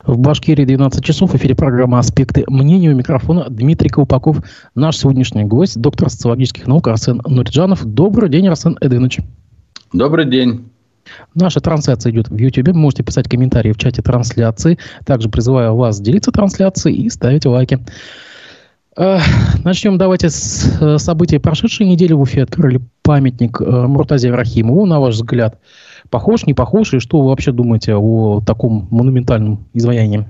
В Башкирии 12 часов. В эфире программа «Аспекты мнения». У микрофона Дмитрий Колпаков. Наш сегодняшний гость, доктор социологических наук Арсен Нуриджанов. Добрый день, Арсен Эденович. Добрый день. Наша трансляция идет в YouTube. Можете писать комментарии в чате трансляции. Также призываю вас делиться трансляцией и ставить лайки. Начнем давайте с событий прошедшей недели. В Уфе открыли памятник Муртазе Рахимову. На ваш взгляд, похож, не похож? И что вы вообще думаете о таком монументальном изваянии?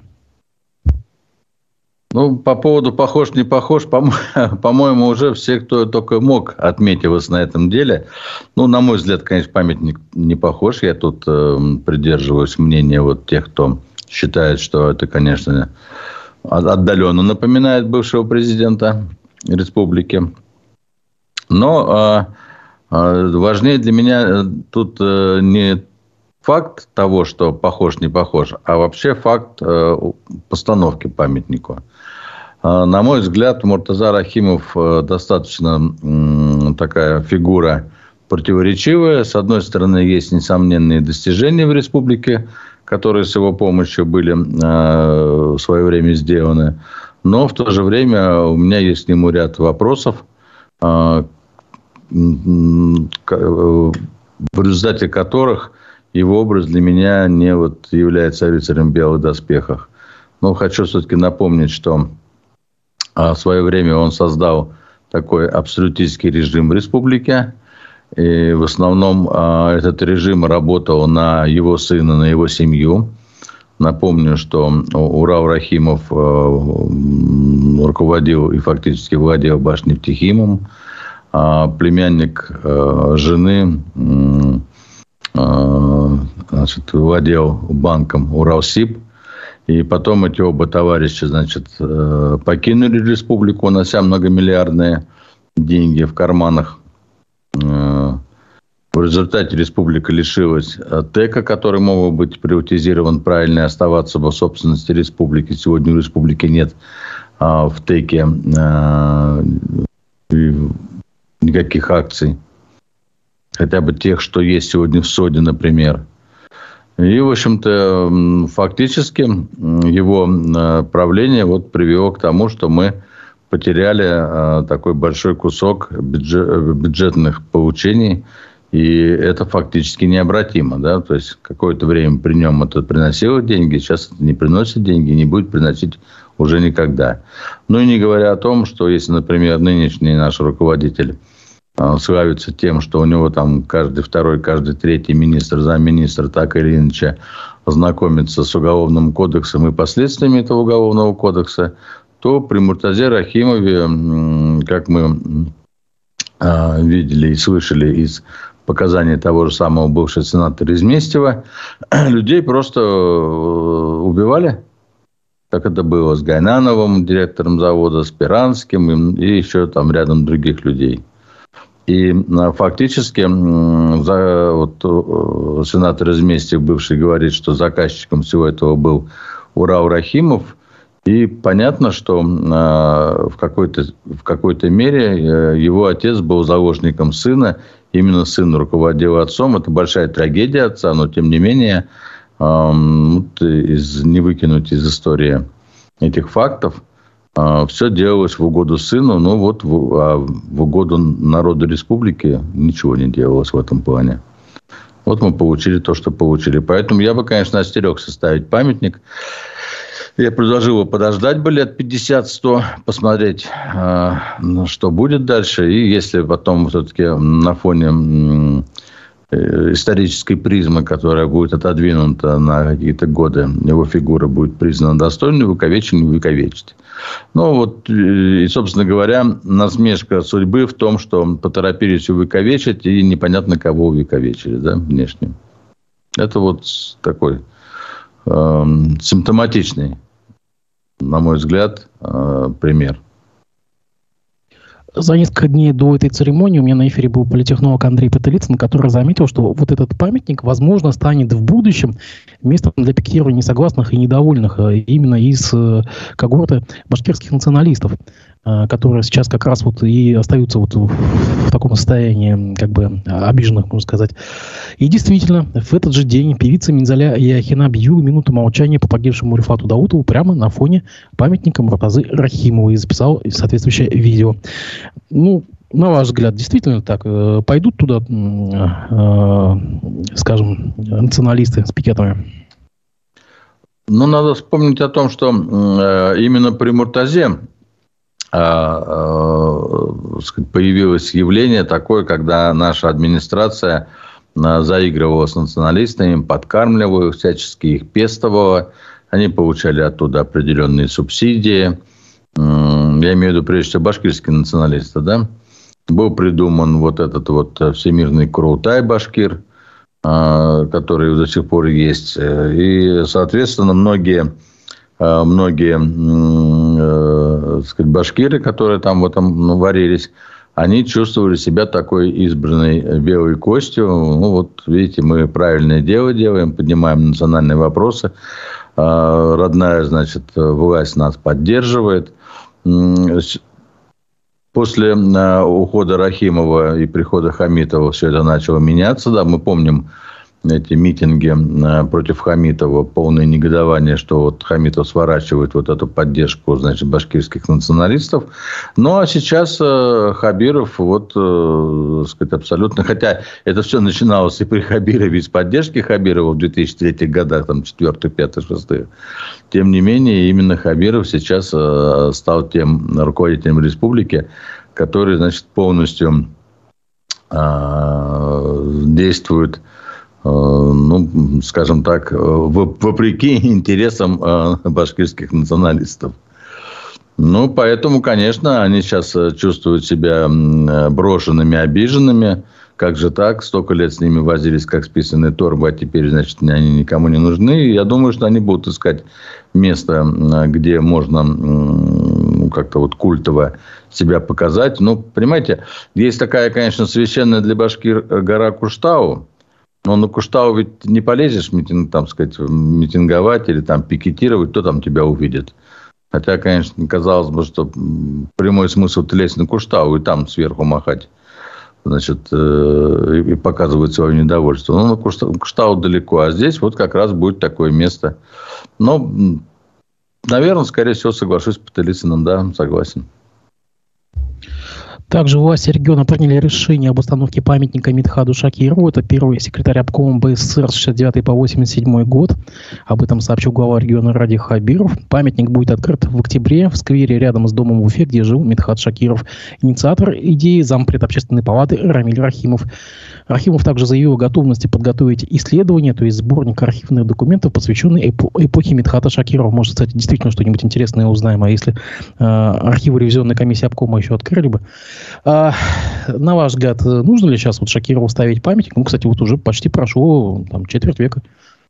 Ну, по поводу похож, не похож, по-моему, уже все, кто только мог, отметилось на этом деле. Ну, на мой взгляд, конечно, памятник не похож. Я тут придерживаюсь мнения вот тех, кто считает, что это, конечно, отдаленно напоминает бывшего президента республики. Но важнее для меня тут не факт того, что похож, не похож, а вообще факт постановки памятника. На мой взгляд, Муртаза Рахимов достаточно такая фигура противоречивая. С одной стороны, есть несомненные достижения в республике, которые с его помощью были в свое время сделаны. Но в то же время у меня есть к нему ряд вопросов, в результате которых его образ для меня не вот является рыцарем в белых доспехах. Но хочу все-таки напомнить, что в свое время он создал такой абсолютистский режим в республике. И в основном этот режим работал на его сына, на его семью. Напомню, что Урал Рахимов руководил и фактически владел Башнефтехимом. Племянник жены владел банком Уралсиб. И потом эти оба товарища, покинули республику, унося многомиллиардные деньги в карманах. В результате республика лишилась ТЭКа, который мог быть приватизирован правильно и оставаться в собственности республики. Сегодня у республики нет в ТЭКе никаких акций. Хотя бы тех, что есть сегодня в СОДе, например. И, в общем-то, фактически его правление привело к тому, что мы потеряли такой большой кусок бюджетных получений. И это фактически необратимо. Да? То есть, какое-то время при нем это приносило деньги, сейчас это не приносит деньги, не будет приносить уже никогда. Ну, и не говоря о том, что если, например, нынешний наш руководитель славится тем, что у него там каждый второй, каждый третий министр, замминистра так или иначе знакомится с Уголовным кодексом и последствиями этого Уголовного кодекса, то при Муртазе Рахимове, как мы видели и слышали из показаний того же самого бывшего сенатора Изместьева, людей просто убивали, как это было с Гайнановым, директором завода, с Пиранским и еще там рядом других людей. И фактически сенатор Изместьев бывший говорит, что заказчиком всего этого был Урал Рахимов. И понятно, что в какой-то мере его отец был заложником сына. Именно сын руководил отцом. Это большая трагедия отца, но тем не менее не выкинуть из истории этих фактов. Все делалось в угоду сыну, но в угоду народу республики ничего не делалось в этом плане. Вот мы получили то, что получили. Поэтому я бы, конечно, остерегся ставить памятник. Я предложил его подождать бы лет 50-100, посмотреть, что будет дальше. И если потом все-таки на фоне исторической призмы, которая будет отодвинута на какие-то годы, его фигура будет признана достойной, увековечить. И, собственно говоря, насмешка судьбы в том, что поторопились увековечить, и непонятно, кого увековечили, да, внешне. Это такой симптоматичный, на мой взгляд, пример. За несколько дней до этой церемонии у меня на эфире был политтехнолог Андрей Потылицын, который заметил, что вот этот памятник, возможно, станет в будущем местом для пикетирования несогласных и недовольных именно из когорты башкирских националистов. которые сейчас как раз вот и остаются вот в таком состоянии, как бы, обиженных, можно сказать. И действительно, в этот же день певица Минзаля Яхина объявила минуту молчания по погибшему Рифату Даутову прямо на фоне памятника Муртазы Рахимовой и записала соответствующее видео. Ну, на ваш взгляд, действительно так? Пойдут туда, скажем, националисты с пикетами? Ну, надо вспомнить о том, что именно при Муртазе появилось явление такое, когда наша администрация заигрывала с националистами, подкармливала их, всячески их пестовала. Они получали оттуда определенные субсидии. Я имею в виду, прежде всего, башкирские националисты, да? Был придуман вот этот вот всемирный Курултай башкир, который до сих пор есть. И, соответственно, многие башкиры, которые там в этом варились, они чувствовали себя такой избранной белой костью. Ну, вот, видите, мы правильное дело делаем, поднимаем национальные вопросы. Родная, значит, власть нас поддерживает. После ухода Рахимова и прихода Хамитова все это начало меняться. Да, мы помним эти митинги против Хамитова, полное негодование, что вот Хамитов сворачивает вот эту поддержку, значит, башкирских националистов. Ну, а сейчас Хабиров, вот, сказать, абсолютно... Хотя это все начиналось и при Хабирове, и с поддержки Хабирова в 2003 годах, там, 4, 5, 6. Тем не менее, именно Хабиров сейчас стал тем руководителем республики, который, значит, полностью действует, ну, скажем так, вопреки интересам башкирских националистов. Ну, поэтому, конечно, они сейчас чувствуют себя брошенными, обиженными. Как же так? Столько лет с ними возились, как с писаной торбой, а теперь, значит, они никому не нужны. И я думаю, что они будут искать место, где можно как-то вот культово себя показать. Ну, понимаете, есть такая, конечно, священная для башкир гора Куштау. Но на Куштау ведь не полезешь там, сказать, митинговать или там пикетировать, кто там тебя увидит. Хотя, конечно, казалось бы, что прямой смысл лезть на Куштау и там сверху махать, значит, и показывать свое недовольство. Но на Куштау далеко, а здесь вот как раз будет такое место. Но, наверное, скорее всего, соглашусь с Потылицыным, да, согласен. Также власти региона приняли решение об установке памятника Мидхаду Шакирову. Это первый секретарь обкома БССР с 69 по 87 год. Об этом сообщил глава региона Ради Хабиров. Памятник будет открыт в октябре в сквере рядом с домом в Уфе, где жил Мидхад Шакиров. Инициатор идеи — зампред общественной палаты Рамиль Рахимов. Рахимов также заявил о готовности подготовить исследование, то есть сборник архивных документов, посвященный эпохе Мидхата Шакирова. Может, кстати, действительно что-нибудь интересное узнаем, а если архивы ревизионной комиссии обкома еще открыли бы. На ваш взгляд, нужно ли сейчас вот Шакирову ставить памятник? Ну, кстати, вот уже почти прошло там, четверть века.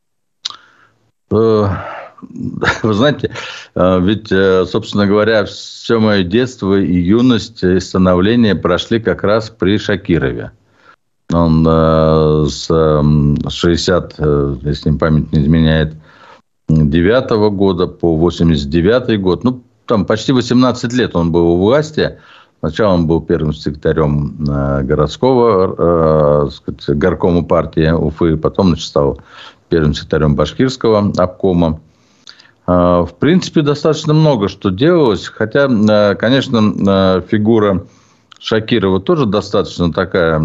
Вы знаете, ведь, собственно говоря, все мое детство и юность, и становление прошли как раз при Шакирове. Он с 60, если память не изменяет, 9 года по 89 год. Ну, там почти 18 лет он был у власти. Сначала он был первым секретарем городского, горкома партии Уфы, потом, значит, стал первым секретарем башкирского обкома. В принципе, достаточно много что делалось. Хотя, конечно, фигура Шакирова тоже достаточно такая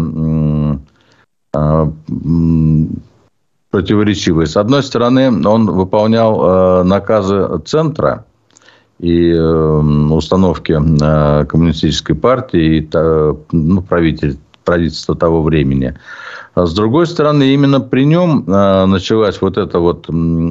противоречивая. С одной стороны, он выполнял наказы центра и установки коммунистической партии и правительства того времени. А с другой стороны, именно при нем началась вот эта вот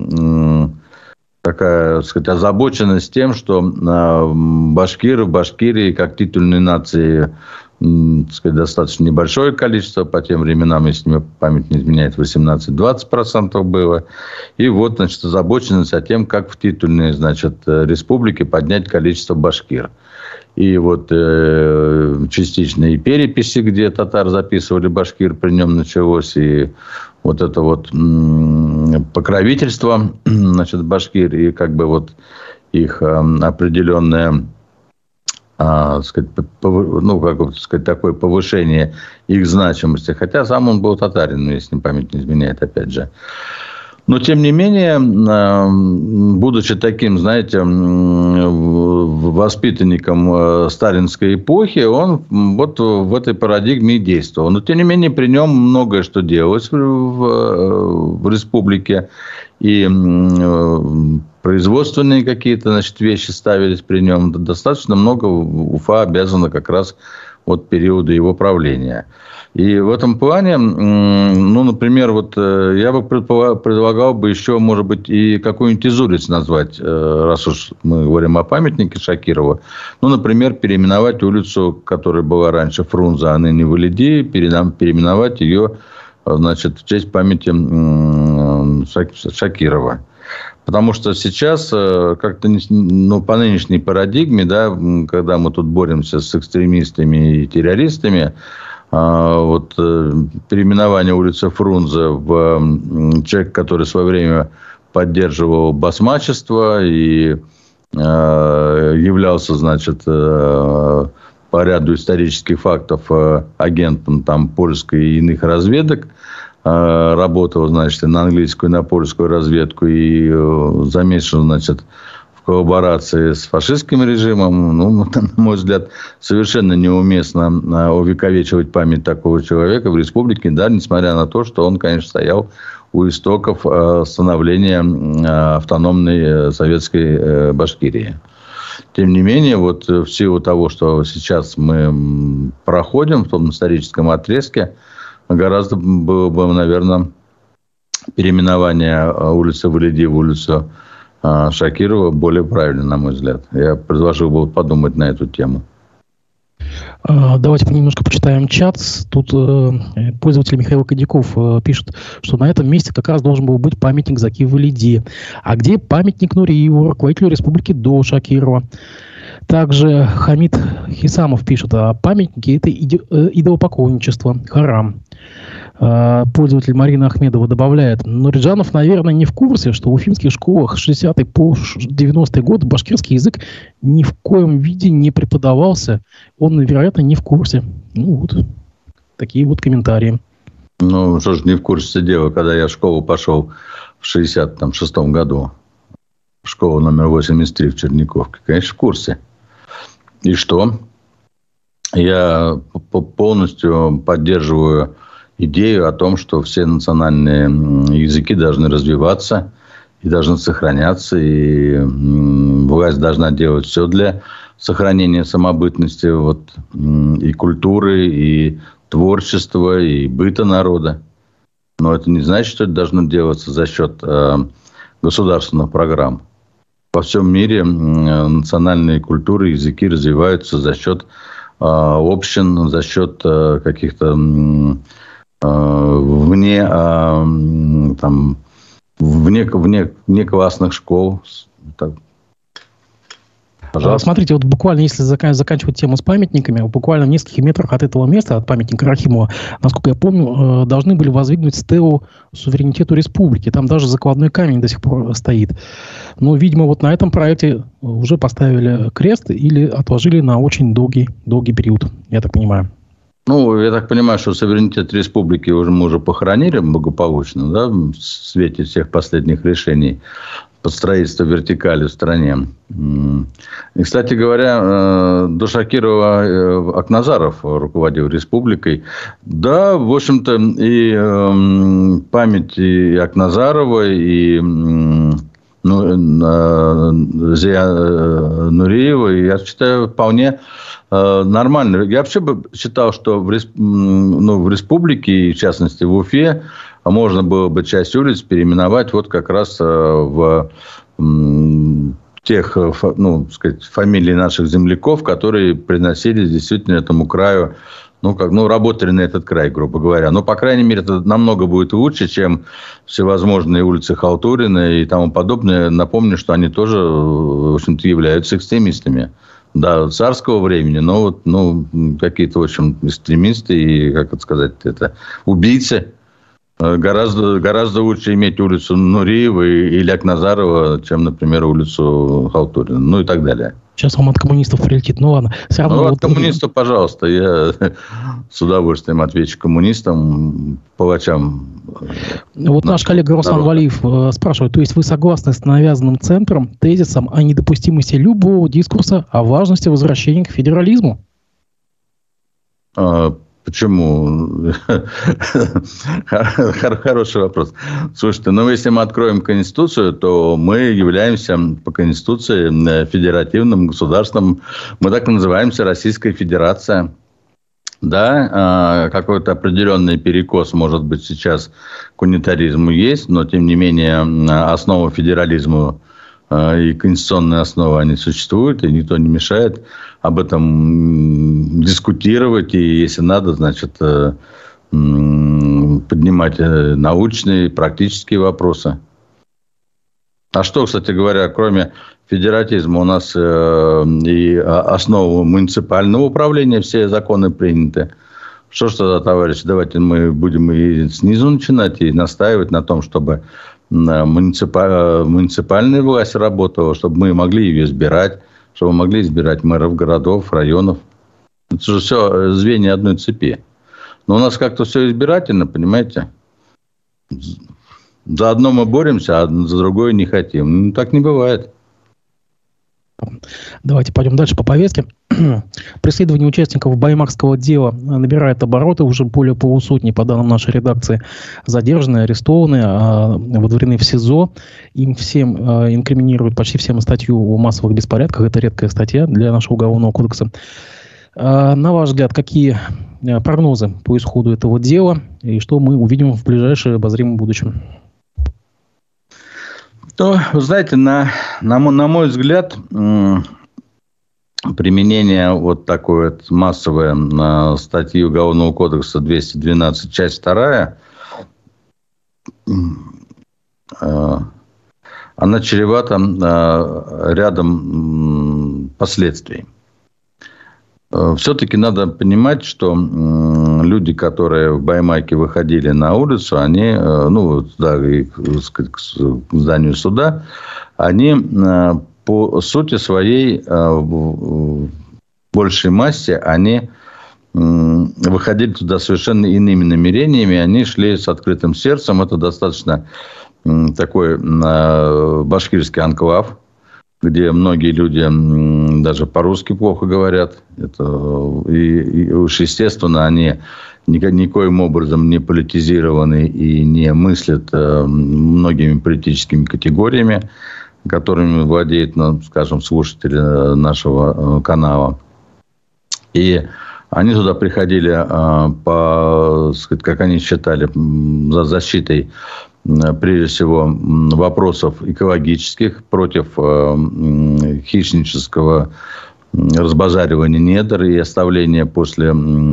такая, так сказать, озабоченность тем, что башкиры в Башкирии как титульной нации, так сказать, достаточно небольшое количество, по тем временам, если мне память не изменяет, 18-20% было. И вот, значит, озабоченность о тем, как в титульной, значит, республике поднять количество башкир. И вот частичные переписи, где татар записывали башкир, при нем началось, и вот это вот покровительство, значит, башкир, и как бы вот их определенная такое повышение их значимости. Хотя сам он был татарин, если память не изменяет, опять же. Но, тем не менее, будучи таким, знаете, воспитанником сталинской эпохи, он вот в этой парадигме и действовал. Но, тем не менее, при нем многое что делалось в республике. И производственные какие-то, значит, вещи ставились при нем. Достаточно много Уфа обязана как раз от периода его правления. И в этом плане, ну, например, вот я бы предлагал бы еще, может быть, и какой-нибудь из улиц назвать, раз уж мы говорим о памятнике Шакирова. Ну, например, переименовать улицу, которая была раньше Фрунзе, а ныне Валиди, переименовать ее, значит, в честь памяти Шакирова. Потому что сейчас как-то, ну, по нынешней парадигме, да, когда мы тут боремся с экстремистами и террористами, вот переименование улицы Фрунзе в человек, который в свое время поддерживал басмачество и являлся, значит, по ряду исторических фактов агентом там польской и иных разведок, работал, значит, на английскую и на польскую разведку и замешан, значит, в коллаборации с фашистским режимом. Ну, на мой взгляд, совершенно неуместно увековечивать память такого человека в республике, да, несмотря на то, что он, конечно, стоял у истоков становления автономной советской Башкирии. Тем не менее, вот в силу того, что сейчас мы проходим в том историческом отрезке, гораздо было бы, наверное, переименование улицы Валиди в улицу Шакирова более правильно, на мой взгляд. Я предложил бы подумать на эту тему. Давайте немножко почитаем чат. Тут пользователь Михаил Кадяков пишет, что на этом месте как раз должен был быть памятник Заки Валиди. А где памятник Нуриеву, руководителю республики до Шакирова? Также Хамид Хисамов пишет, о памятнике это идолопоклонничество, харам. Пользователь Марина Ахмедова добавляет, Нуриджанов, наверное, не в курсе, что в уфимских школах с 60-й по 90-й год башкирский язык ни в коем виде не преподавался. Он, вероятно, не в курсе. Ну вот, такие вот комментарии. Ну, что ж, не в курсе дела, когда я в школу пошел в 66-м году. Школа номер 83 в Черниковке. Конечно, в курсе. И что? Я полностью поддерживаю идею о том, что все национальные языки должны развиваться и должны сохраняться. И власть должна делать все для сохранения самобытности вот, и культуры, и творчества, и быта народа. Но это не значит, что это должно делаться за счет государственных программ. Во всем мире национальные культуры, языки развиваются за счет общин, за счет каких-то вне классных школ. Так. Пожалуйста. Смотрите, вот буквально, если заканчивать тему с памятниками, буквально в нескольких метрах от этого места, от памятника Рахимова, насколько я помню, должны были воздвигнуть стелу суверенитету республики. Там даже закладной камень до сих пор стоит. Но, видимо, вот на этом проекте уже поставили крест или отложили на очень долгий период, я так понимаю. Ну, я так понимаю, что суверенитет республики мы уже похоронили благополучно, да, в свете всех последних решений по строительству вертикали в стране. И, кстати говоря, до Шакирова Акназаров руководил республикой. Да, в общем-то, и память и Акназарова, и Зия Нуриева, я считаю, вполне нормально. Я вообще бы считал, что в республике, в частности в Уфе, можно было бы часть улиц переименовать вот как раз в тех, ну, сказать, фамилий наших земляков, которые приносили действительно этому краю, работали на этот край, грубо говоря. Но, по крайней мере, это намного будет лучше, чем всевозможные улицы Халтурина и тому подобное. Напомню, что они тоже, в общем-то, являются экстремистами. Да, царского времени, но какие-то, в общем, экстремисты и, как это сказать, убийцы. Гораздо лучше иметь улицу Нуриева или Акназарова, чем, например, улицу Халтурина, ну и так далее. Сейчас вам от коммунистов прилетит. Ну ладно. Все равно от коммунистов, пожалуйста. Я с удовольствием отвечу коммунистам, палачам. Вот наш коллега Руслан Валиев спрашивает, то есть вы согласны с навязанным центром тезисом о недопустимости любого дискурса о важности возвращения к федерализму? Почему? Хороший вопрос. Слушайте, если мы откроем Конституцию, то мы являемся по Конституции федеративным государством. Мы так называемся Российская Федерация. Да, какой-то определенный перекос, может быть, сейчас к унитаризму есть, но, тем не менее, основа федерализма и конституционные основы, они существуют, и никто не мешает об этом дискутировать, и если надо, значит, поднимать научные, практические вопросы. А что, кстати говоря, кроме федератизма, у нас и основа муниципального управления, все законы приняты. Что ж тогда, товарищи, давайте мы будем и снизу начинать, и настаивать на том, чтобы муниципальная власть работала, чтобы мы могли ее избирать, чтобы мы могли избирать мэров городов, районов. Это же все звенья одной цепи. Но у нас как-то все избирательно, понимаете? За одно мы боремся, а за другое не хотим. Так не бывает. Давайте пойдем дальше по повестке. Преследование участников баймакского дела набирает обороты. Уже более полусотни, по данным нашей редакции, задержаны, арестованы, выдворены в СИЗО. Им всем инкриминируют, почти всем, статью о массовых беспорядках. Это редкая статья для нашего уголовного кодекса. На ваш взгляд, какие прогнозы по исходу этого дела и что мы увидим в ближайшем обозримом будущем? То, вы знаете, на мой взгляд, применение вот такой вот массовой статьи Уголовного кодекса 212, часть 2, она чревата рядом последствий. Все-таки надо понимать, что люди, которые в Баймаке выходили на улицу, они, к зданию суда, они по сути своей, в большей массе, они выходили туда совершенно иными намерениями, они шли с открытым сердцем. Это достаточно такой башкирский анклав, где многие люди даже по-русски плохо говорят. И уж естественно, они никоим образом не политизированы и не мыслят многими политическими категориями, которыми владеют, скажем, слушатели нашего канала. И они туда приходили, как они считали, за защитой, прежде всего, вопросов экологических, против хищнического разбазаривания недр и оставления после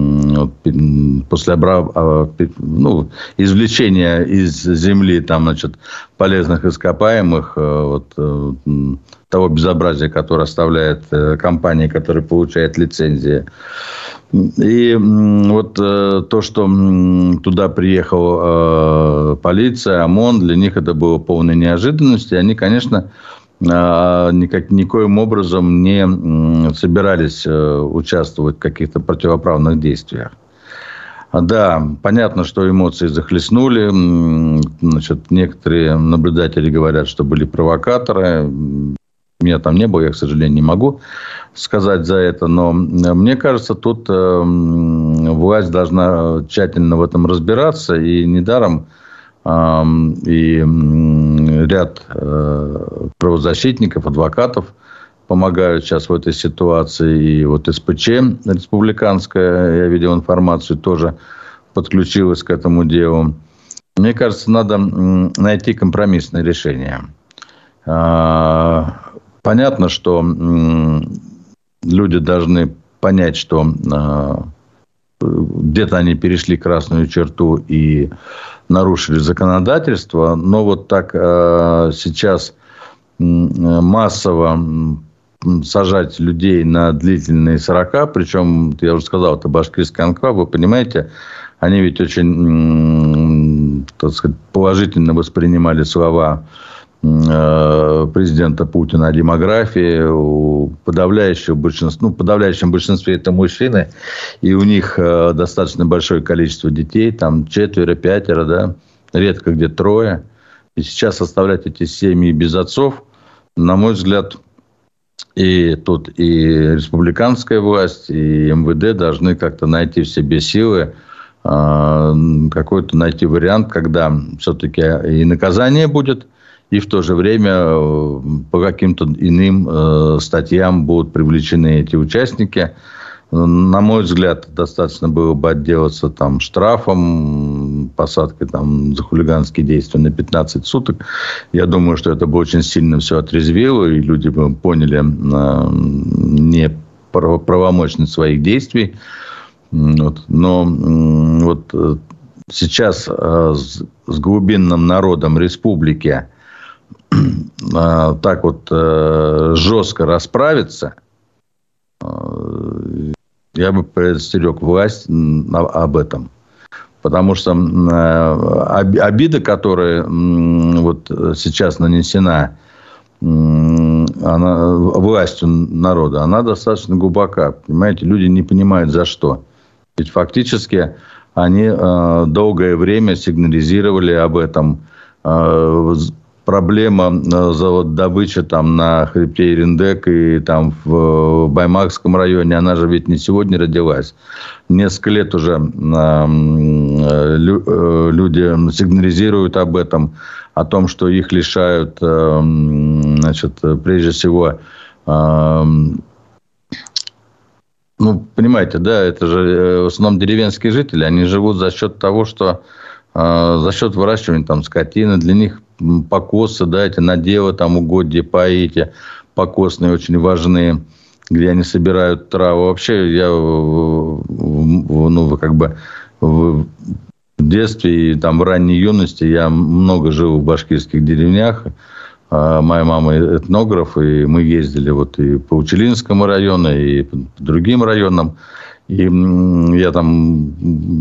извлечения из земли полезных ископаемых, того безобразия, которое оставляет компания, которая получает лицензии. И то, что туда приехала полиция, ОМОН, для них это было полной неожиданностью. И они, конечно, никоим образом не собирались участвовать в каких-то противоправных действиях. Да, понятно, что эмоции захлестнули. Некоторые наблюдатели говорят, что были провокаторы. Меня там не было, я, к сожалению, не могу сказать за это. Но мне кажется, тут власть должна тщательно в этом разбираться. И недаром и ряд правозащитников, адвокатов помогают сейчас в этой ситуации. И СПЧ республиканская, я видел информацию, тоже подключилась к этому делу. Мне кажется, надо найти компромиссное решение. Понятно, что люди должны понять, что где-то они перешли красную черту и нарушили законодательство, но так сейчас массово сажать людей на длительные срока, причем, я уже сказал, это башкирский анклав, вы понимаете, они ведь очень, положительно воспринимали слова президента Путина о демографии. В подавляющем большинстве это мужчины. И у них достаточно большое количество детей. Там 4-5, да. Редко где 3. И сейчас оставлять эти семьи без отцов, на мой взгляд, и тут и республиканская власть, и МВД должны как-то найти в себе силы, какой-то найти вариант, когда все-таки и наказание будет, и в то же время по каким-то иным статьям будут привлечены эти участники. На мой взгляд, достаточно было бы отделаться там штрафом, посадкой там за хулиганские действия на 15 суток. Я думаю, что это бы очень сильно все отрезвило, и люди бы поняли неправомочность своих действий. Вот. Но вот сейчас с глубинным народом республики так вот жестко расправиться, я бы предостерег власть об этом. Потому что обида, которая вот сейчас нанесена властью народа, она достаточно глубока. Понимаете, люди не понимают, за что. Ведь фактически они долгое время сигнализировали об этом. Проблема добычи там на хребте Ириндек и там в Баймакском районе, она же ведь не сегодня родилась. Несколько лет уже люди сигнализируют об этом, о том, что их лишают, значит, прежде всего, понимаете, да, это же в основном деревенские жители, они живут за счет того, что за счет выращивания там скотины, для них покосы, да, эти наделы, там угодья, паи эти покосные очень важны, где они собирают траву. Вообще, я в детстве и там в ранней юности я много жил в башкирских деревнях. Моя мама этнограф, и мы ездили вот и по Учелинскому району, и по другим районам. И я там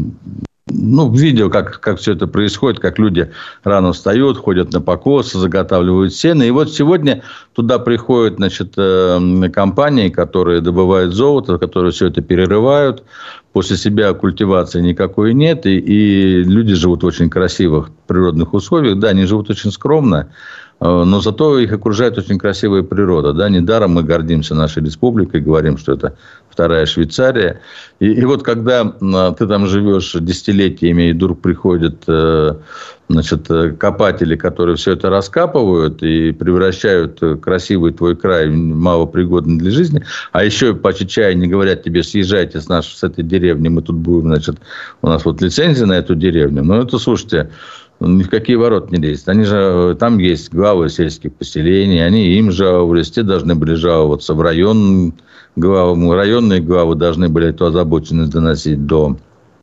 видел, как все это происходит, как люди рано встают, ходят на покосы, заготавливают сено. И вот сегодня туда приходят, значит, компании, которые добывают золото, которые все это перерывают. После себя культивации никакой нет. И люди живут в очень красивых природных условиях. Да, они живут очень скромно, но зато их окружает очень красивая природа. Да? Недаром мы гордимся нашей республикой, говорим, что это вторая Швейцария. И вот когда ты там живешь десятилетиями, и вдруг приходят, значит, копатели, которые все это раскапывают и превращают красивый твой край в малопригодный для жизни, а еще по чечае не говорят тебе: съезжайте с этой деревни, мы тут будем, значит, у нас вот лицензия на эту деревню. Но это, слушайте, ни в какие ворота не лезет. Они же, там есть главы сельских поселений, они им жаловались, те должны были жаловаться в район, районные главы должны были эту озабоченность доносить до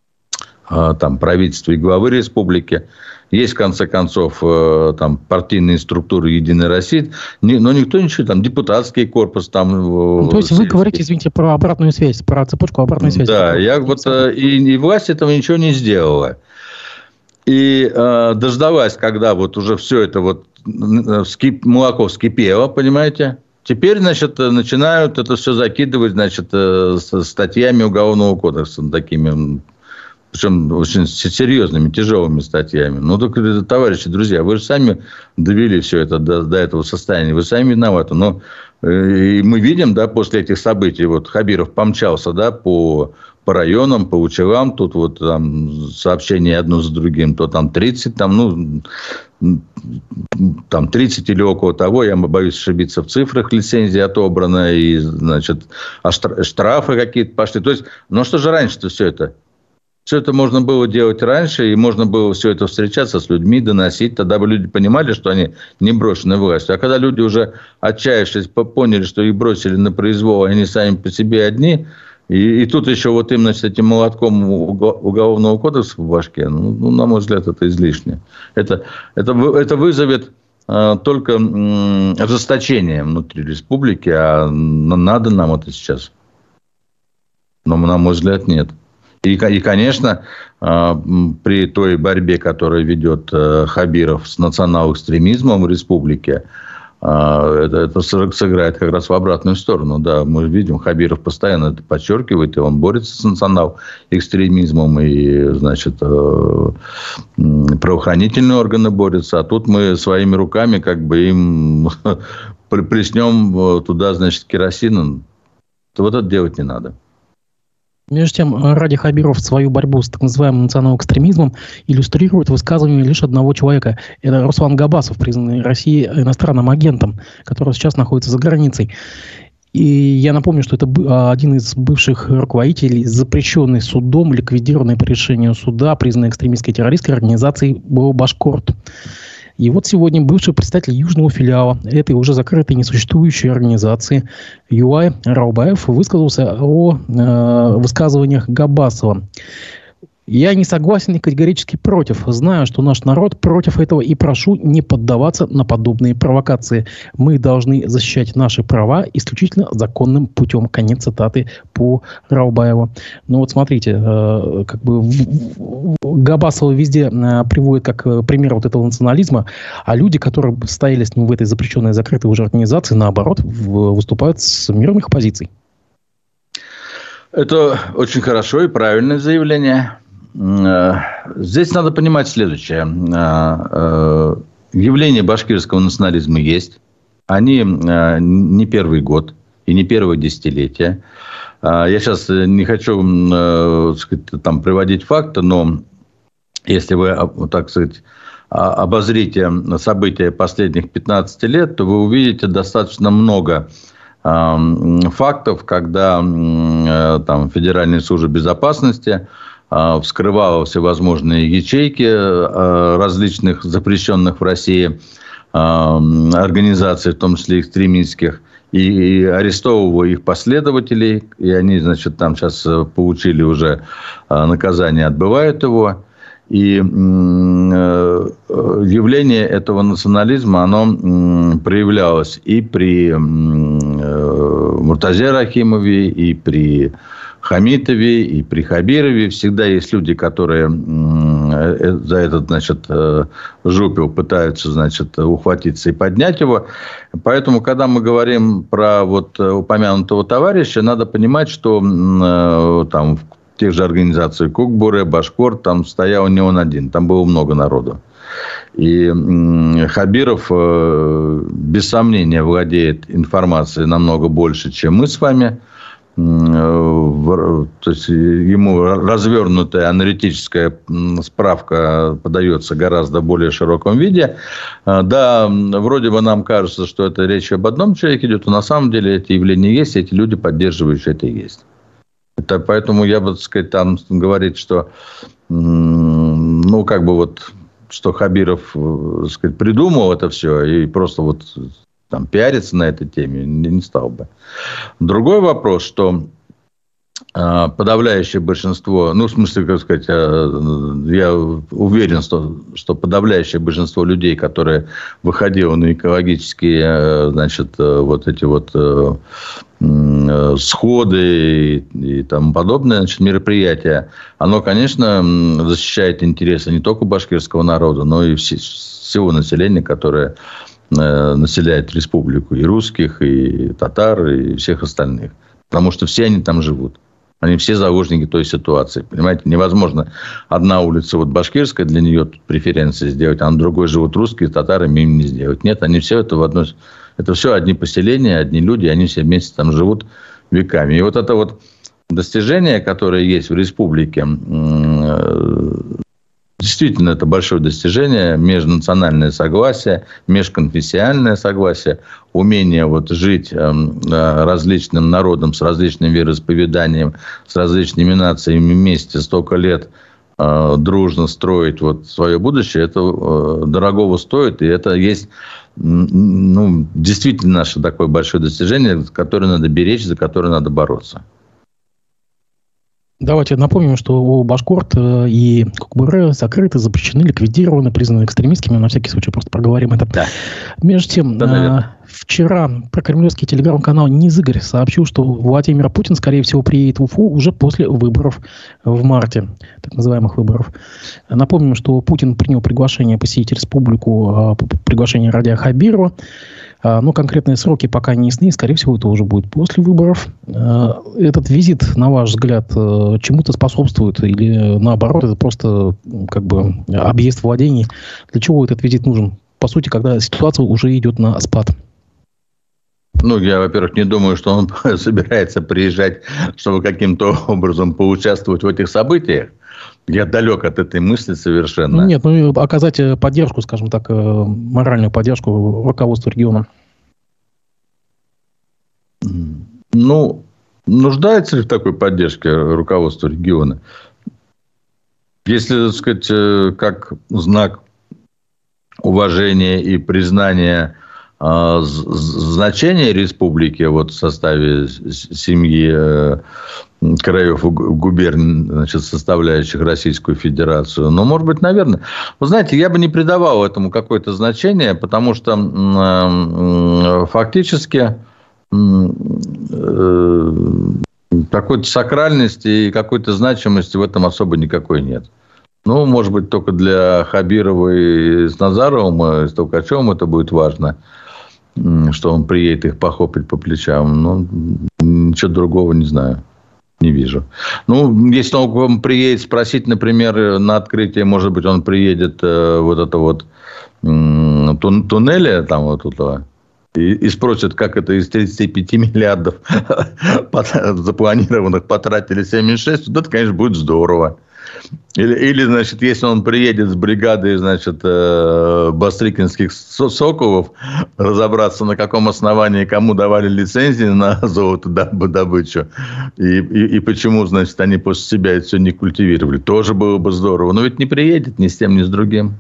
там правительства и главы республики. Есть, в конце концов, там партийные структуры Единой России, но никто ничего, там депутатский корпус. Там, то есть вы говорите, извините, про обратную связь, про цепочку обратной связи. Да, и власть этого ничего не сделала. И дождалась, когда вот уже все это вот молоко вскипело, понимаете. Теперь, значит, начинают это все закидывать, значит, статьями Уголовного кодекса, такими, причем очень серьезными, тяжелыми статьями. Ну, так, товарищи, друзья, вы же сами довели все это до этого состояния, вы сами виноваты. Но и мы видим, да, после этих событий, вот Хабиров помчался, да, по районам, по учелам, тут вот там сообщения одно за другим, то там 30, там 30 или около того, я боюсь ошибиться в цифрах, лицензии отобрано, и, значит, штрафы какие-то пошли. То есть, ну что же раньше-то все это? Все это можно было делать раньше, и можно было все это встречаться с людьми, доносить. Тогда бы люди понимали, что они не брошены властью. А когда люди уже, отчаявшись, поняли, что их бросили на произвол, и они сами по себе одни, и тут еще вот именно с этим молотком Уголовного кодекса в башке, ну, на мой взгляд, это излишне. Это вызовет только ожесточение внутри республики, а надо нам это сейчас. Но, на мой взгляд, нет. И, конечно, при той борьбе, которую ведет Хабиров с национал-экстремизмом в республике, это сыграет как раз в обратную сторону. Да, мы видим, Хабиров постоянно это подчеркивает, и он борется с национал-экстремизмом, и, значит, правоохранительные органы борются. А тут мы своими руками как бы им плеснем туда, значит, керосином. Вот это делать не надо. Между тем, Ради Хабиров свою борьбу с так называемым национальным экстремизмом иллюстрирует высказывание лишь одного человека. Это Руслан Габасов, признанный Россией иностранным агентом, который сейчас находится за границей. И я напомню, что это один из бывших руководителей запрещенной судом, ликвидированной по решению суда, признанной экстремистской террористской организацией «Башкорт». И вот сегодня бывший представитель южного филиала этой уже закрытой несуществующей организации Юлай Раубаев высказался о высказываниях Габасова. Я не согласен и категорически против. Знаю, что наш народ против этого, и прошу не поддаваться на подобные провокации. Мы должны защищать наши права исключительно законным путем. Конец цитаты по Раубаеву. Ну вот смотрите, как бы Габасова везде приводит как пример вот этого национализма, а люди, которые стояли с ним в этой запрещенной, закрытой уже организации, наоборот, выступают с мирных позиций. Это очень хорошо и правильное заявление. Здесь надо понимать следующее. Явления башкирского национализма есть. Они не первый год и не первое десятилетие. Я сейчас не хочу, так сказать, там приводить факты, но если вы, так сказать, обозрите события последних 15 лет, то вы увидите достаточно много фактов, когда там Федеральная служба безопасности вскрывала всевозможные ячейки различных запрещенных в России организаций, в том числе экстремистских, и арестовывала их последователей, и они, значит, там сейчас получили уже наказание, отбывают его. И явление этого национализма, оно проявлялось и при Муртазе Рахимове, и при Хамитове, и при Хабирове. Всегда есть люди, которые за этот, значит, жупел пытаются, значит, ухватиться и поднять его. Поэтому, когда мы говорим про вот упомянутого товарища, надо понимать, что там в тех же организациях Кукбуре, Башкорт, там стоял не он один, там было много народу. И Хабиров, без сомнения, владеет информацией намного больше, чем мы с вами. То есть ему развернутая аналитическая справка подается гораздо более широком виде. Да, вроде бы нам кажется, что это речь об одном человеке идет, но на самом деле эти явления есть, эти люди, поддерживающие это, есть. Это, поэтому я бы, так сказать, там говорить, что, ну, как бы вот, что Хабиров, так сказать, придумал это все и просто вот там пиариться на этой теме не стал бы. Другой вопрос, что подавляющее большинство, ну, в смысле, как сказать, я уверен, что подавляющее большинство людей, которые выходило на экологические, значит, вот эти вот сходы и тому подобное, значит, мероприятия, оно, конечно, защищает интересы не только башкирского народа, но и всего населения, которое населяет республику, и русских, и татар, и всех остальных. Потому что все они там живут. Они все заложники той ситуации. Понимаете, невозможно одна улица вот башкирская, для нее тут преференции сделать, а на другой живут русские, татары, им не сделать. Нет, они все это в одной... Это все одни поселения, одни люди, они все вместе там живут веками. И вот это вот достижение, которое есть в республике, действительно, это большое достижение, межнациональное согласие, межконфессиональное согласие, умение вот жить различным народом с различным вероисповеданием, с различными нациями вместе столько лет дружно строить вот свое будущее, это дорогого стоит, и это есть, ну, действительно наше такое большое достижение, которое надо беречь, за которое надо бороться. Давайте напомним, что Башкорт и КУКБР закрыты, запрещены, ликвидированы, признаны экстремистскими. На всякий случай просто проговорим это. Да. Между тем, вчера прокремлевский телеграм-канал Низыгорь сообщил, что Владимир Путин, скорее всего, приедет в Уфу уже после выборов в марте, так называемых выборов. Напомним, что Путин принял приглашение посетить республику, приглашение Радия Хабирова. Но конкретные сроки пока не ясны. Скорее всего, это уже будет после выборов. Этот визит, на ваш взгляд, чему-то способствует? Или наоборот, это просто как бы объезд владений? Для чего этот визит нужен? По сути, когда ситуация уже идет на спад. Ну, я, во-первых, не думаю, что он собирается приезжать, чтобы каким-то образом поучаствовать в этих событиях. Я далек от этой мысли совершенно. Нет, оказать поддержку, скажем так, моральную поддержку руководству региона. Ну, нуждается ли в такой поддержке руководство региона? Если, так сказать, как знак уважения и признания значения республики вот в составе семьи краев и губерний, значит, составляющих Российскую Федерацию. Но, может быть, наверное... Вы знаете, я бы не придавал этому какое-то значение, потому что фактически какой-то сакральности и какой-то значимости в этом особо никакой нет. Ну, может быть, только для Хабирова и с Назаровым, и с Толкачевым это будет важно, что он приедет их похлопать по плечам. Но ничего другого не знаю. Не вижу. Ну, если он приедет спросить, например, на открытие, может быть, он приедет вот это вот туннеля там вот этого и спросит, как это из 35 миллиардов запланированных потратили 76, вот это, конечно, будет здорово. Или, значит, если он приедет с бригадой, значит, бастрыкинских соколов, разобраться, на каком основании кому давали лицензии на золотодобычу, и почему, значит, они после себя это все не культивировали, тоже было бы здорово. Но ведь не приедет ни с тем, ни с другим.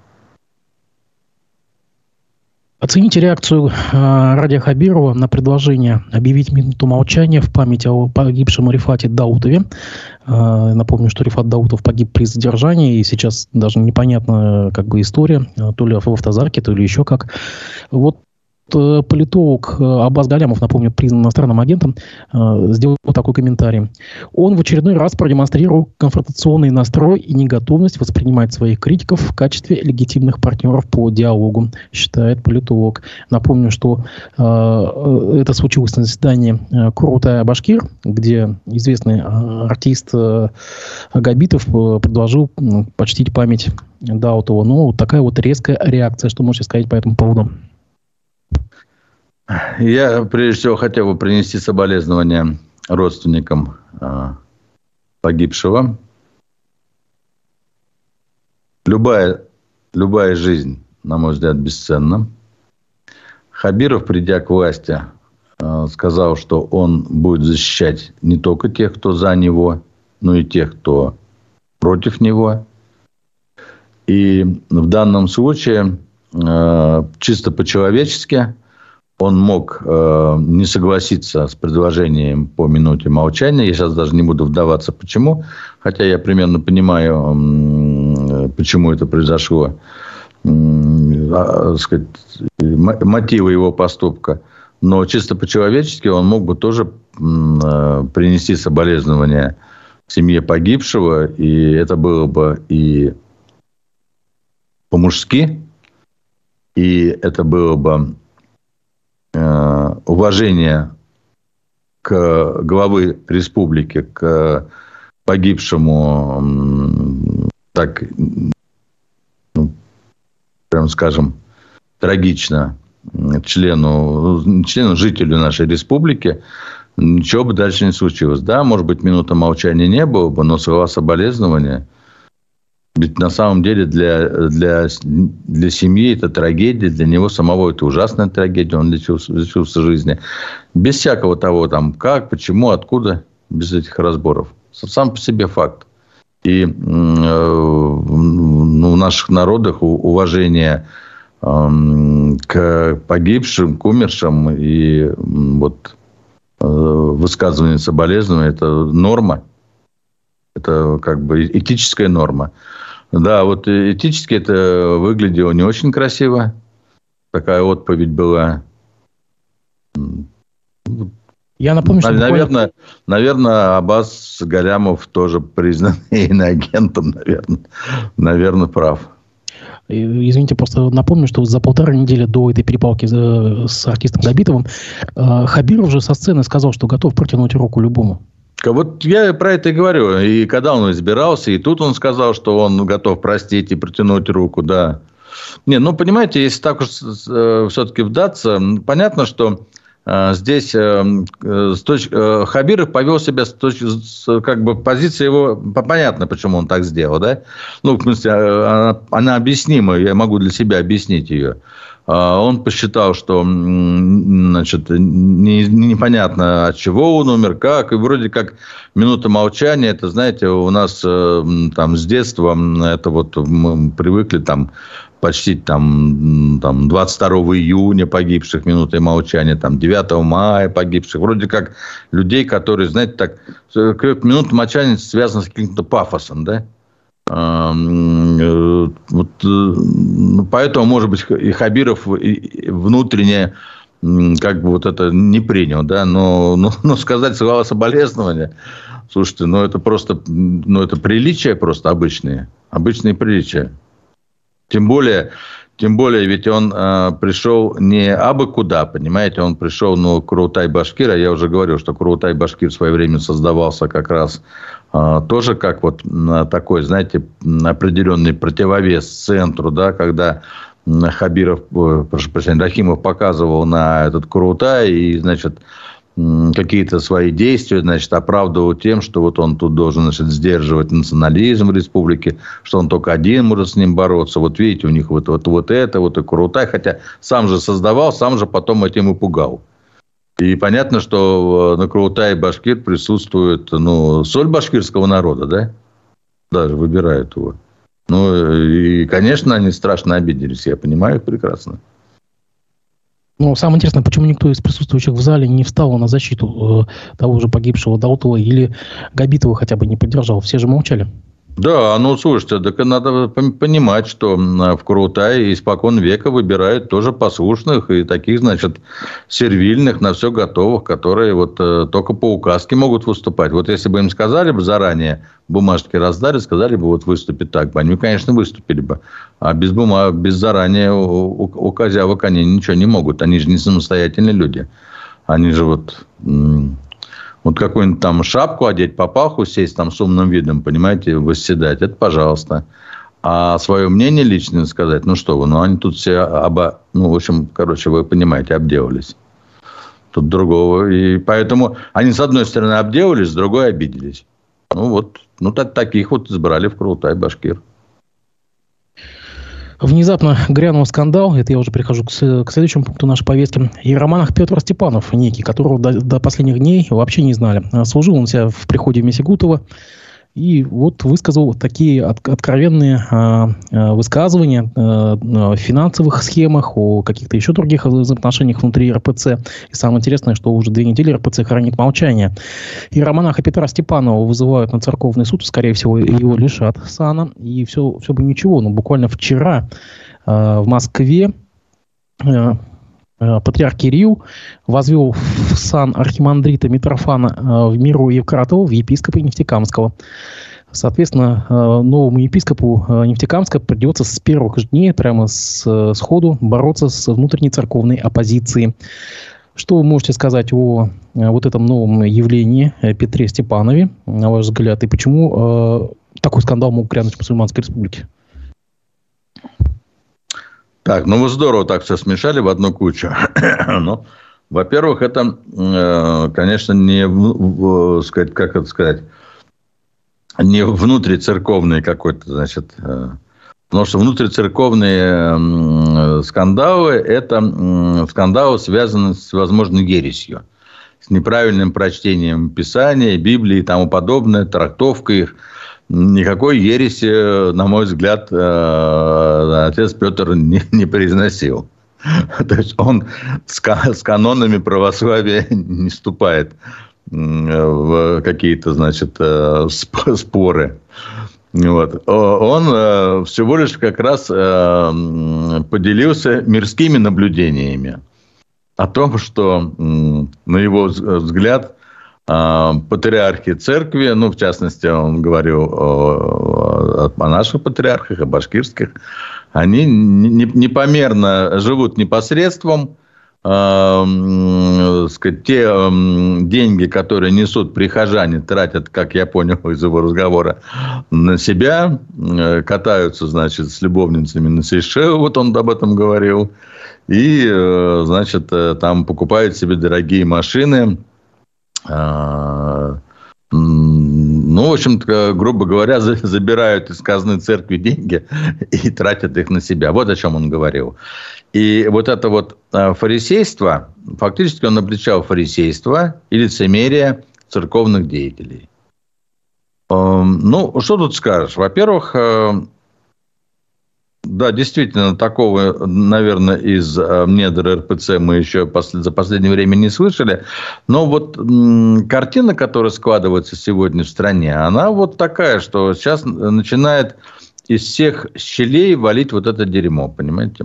Оцените реакцию Радия Хабирова на предложение объявить минуту молчания в память о погибшем Рифате Даутове. Напомню, что Рифат Даутов погиб при задержании, и сейчас даже непонятна как бы история, то ли в автозаке, то ли еще как. Вот политолог Аббас Галямов, напомню, признан иностранным агентом, сделал такой комментарий. Он в очередной раз продемонстрировал конфронтационный настрой и неготовность воспринимать своих критиков в качестве легитимных партнеров по диалогу, считает политолог. Напомню, что это случилось на заседании Курултая Башкир, где известный артист Габитов предложил почтить память Даутова. Ну, такая вот резкая реакция. Что можете сказать по этому поводу? Я, прежде всего, хотел бы принести соболезнования родственникам погибшего. Любая жизнь, на мой взгляд, бесценна. Хабиров, придя к власти, сказал, что он будет защищать не только тех, кто за него, но и тех, кто против него. И в данном случае, чисто по-человечески, он мог не согласиться с предложением по минуте молчания. Я сейчас даже не буду вдаваться, почему. Хотя я примерно понимаю, почему это произошло. Сказать, мотивы его поступка. Но чисто по-человечески он мог бы тоже принести соболезнования семье погибшего. И это было бы и по-мужски. И это было бы уважение к главе республики, к погибшему, так, ну, прям скажем, трагично члену, жителю нашей республики, ничего бы дальше не случилось. Да, может быть, минута молчания не было бы, но слова соболезнования. Ведь на самом деле для семьи это трагедия, для него самого это ужасная трагедия, он лишился жизни. Без всякого того, там, как, почему, откуда, без этих разборов. Сам по себе факт. И в наших народах уважение к погибшим, к умершим и вот высказывание соболезнования – это норма. Это как бы этическая норма. Да, вот этически это выглядело не очень красиво. Такая отповедь была. Я напомню, что наверное, Аббас Галямов тоже признан иноагентом, наверное, прав. Извините, просто напомню, что за 1,5 недели до этой перепалки с артистом Габитовым Хабиров же со сцены сказал, что готов протянуть руку любому. Вот я про это и говорю. И когда он избирался, и тут он сказал, что он готов простить и протянуть руку, да. Не, ну, понимаете, если так уж все-таки вдаться, понятно, что здесь Хабиров повел себя как бы позиция его, понятно, почему он так сделал, да? Ну, в смысле, она объяснима, я могу для себя объяснить ее. Он посчитал, что, значит, непонятно, от чего он умер, как, и вроде как минута молчания, это, знаете, у нас там с детства это вот мы привыкли там почтить там 22 июня погибших минутой молчания, там 9 мая погибших. Вроде как людей, которые, знаете, так... Минута молчания связана с каким-то пафосом, да? Вот, поэтому, может быть, и Хабиров внутренне как бы вот это не принял, да? Но сказать слова соболезнования... Слушайте, это просто... это приличия просто обычные. Обычные приличия. Тем более, ведь он пришел не абы куда, понимаете, он пришел, Курултай-Башкир, а я уже говорил, что Курултай-Башкир в свое время создавался как раз тоже как вот такой, знаете, определенный противовес центру, да, когда Рахимов показывал на этот Курултай и, значит, какие-то свои действия, значит, оправдывал тем, что вот он тут должен, значит, сдерживать национализм в республике, что он только один может с ним бороться. Вот видите, у них вот это, вот и Курултай, хотя сам же создавал, сам же потом этим и пугал. И понятно, что на Курултай-Башкир присутствует, соль башкирского народа, да? Даже выбирают его. И, конечно, они страшно обиделись, я понимаю их прекрасно. Но самое интересное, почему никто из присутствующих в зале не встал на защиту того же погибшего Даутова или Габитова хотя бы не поддержал? Все же молчали. Да, слушайте, так надо понимать, что в Курултае испокон века выбирают тоже послушных и таких, значит, сервильных, на все готовых, которые вот только по указке могут выступать. Вот если бы им сказали бы заранее, бумажки раздали, сказали бы, вот выступить так бы, они, конечно, выступили бы. А без заранее у козявок они ничего не могут. Они же не самостоятельные люди. Они же вот какую-нибудь там шапку одеть, папаху сесть там с умным видом, понимаете, восседать. Это пожалуйста. А свое мнение личное сказать, они тут все вы понимаете, обделались. Тут другого. И поэтому они с одной стороны обделались, с другой обиделись. Таких вот избрали в Курултай-Башкир. Внезапно грянул скандал, это я уже перехожу к следующему пункту нашей повестки. Иеромонах Петр Степанов, некий, которого до последних дней вообще не знали. Служил он себя в приходе Месигутова и вот высказал такие откровенные высказывания о финансовых схемах, о каких-то еще других взаимоотношениях внутри РПЦ. И самое интересное, что уже 2 недели РПЦ хранит молчание. Иеромонаха Петра Степанова вызывают на церковный суд, скорее всего, его лишат сана. И все бы ничего, но буквально вчера в Москве патриарх Кирилл возвел в сан архимандрита Митрофана в Миру Евкратова в епископа Нефтекамского. Соответственно, новому епископу Нефтекамска придется с первых дней, прямо сходу, бороться с внутренней церковной оппозицией. Что вы можете сказать о вот этом новом явлении Петре Степанове, на ваш взгляд, и почему такой скандал мог грянуть в мусульманской республике? Так, вы здорово так все смешали в одну кучу. Во-первых, это, конечно, не внутрицерковный какой-то, значит, потому что внутрицерковные скандалы – это скандалы, связанные с возможной ересью, с неправильным прочтением Писания, Библии и тому подобное, трактовкой их. Никакой ереси, на мой взгляд, отец Петр не произносил. То есть он с канонами православия не вступает в какие-то, значит, споры. Вот. Он всего лишь как раз поделился мирскими наблюдениями о том, что, на его взгляд, патриархи церкви, ну, в частности, он говорил о наших патриархах, о башкирских, они непомерно живут непосредством. Сказать, те деньги, которые несут прихожане, тратят, как я понял из его разговора, на себя, катаются, значит, с любовницами на Сейшелы, вот он об этом говорил, и, значит, там покупают себе дорогие машины. Ну, в общем-то, грубо говоря, забирают из казны церкви деньги и тратят их на себя. Вот о чем он говорил. И вот это вот фарисейство, фактически он обличал фарисейство и лицемерие церковных деятелей. Ну, что тут скажешь? Во-первых, да, действительно, такого, наверное, из недр РПЦ мы еще за последнее время не слышали. Но вот картина, которая складывается сегодня в стране, она вот такая, что сейчас начинает из всех щелей валить вот это дерьмо, понимаете?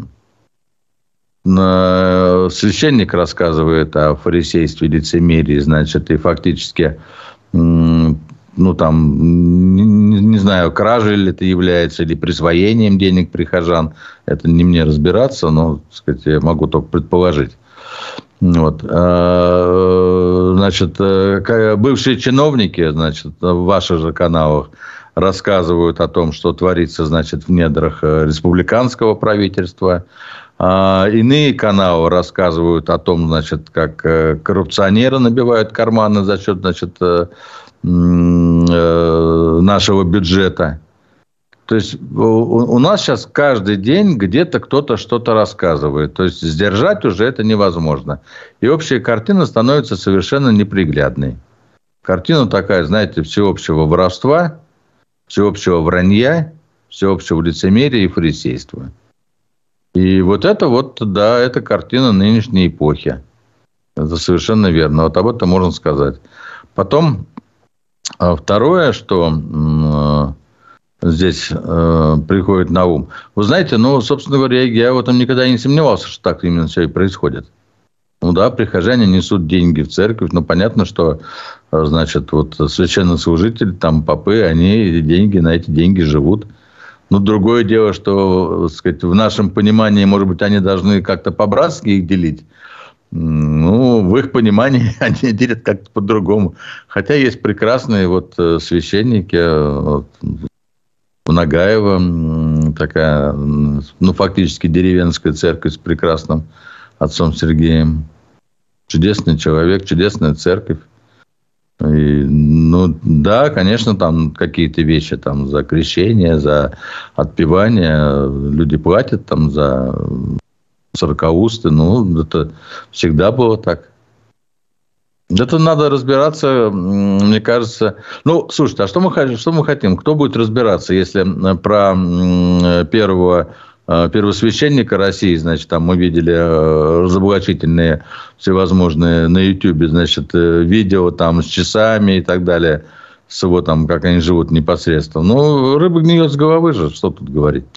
Священник рассказывает о фарисействе, лицемерии, значит, и фактически... Ну, там, не знаю, кражей ли это является, или присвоением денег прихожан. Это не мне разбираться, но, так сказать, я могу только предположить. Вот. Значит, бывшие чиновники, значит, в ваших же каналах рассказывают о том, что творится, значит, в недрах республиканского правительства. Иные каналы рассказывают о том, значит, как коррупционеры набивают карманы за счет, значит, нашего бюджета. То есть у нас сейчас каждый день где-то кто-то что-то рассказывает. То есть сдержать уже это невозможно. И общая картина становится совершенно неприглядной. Картина такая, знаете, всеобщего воровства, всеобщего вранья, всеобщего лицемерия и фарисейства. И вот это вот, да, это картина нынешней эпохи. Это совершенно верно. Вот об этом можно сказать. Потом... Второе, что здесь приходит на ум. Вы знаете, ну, собственно говоря, я в этом никогда не сомневался, что так именно все и происходит. Ну да, прихожане несут деньги в церковь, но понятно, что, значит, вот священнослужители, там, попы, они на эти деньги живут. Но другое дело, что, так сказать, в нашем понимании, может быть, они должны как-то по-братски их делить. Ну, в их понимании они делят как-то по-другому. Хотя есть прекрасные вот священники. Вот, Нагаева, такая, ну, фактически деревенская церковь с прекрасным отцом Сергеем. Чудесный человек, чудесная церковь. И, ну, да, конечно, там какие-то вещи там за крещение, за отпевание люди платят там за... 40-усты, ну, это всегда было так. Это надо разбираться, мне кажется. Ну, слушайте, а что мы хотим? Кто будет разбираться, если про первосвященника России, значит, там мы видели разоблачительные всевозможные на Ютьюбе, значит, видео там с часами и так далее, с его там, как они живут непосредственно. Ну, рыба гниет с головы же, что тут говорить-то?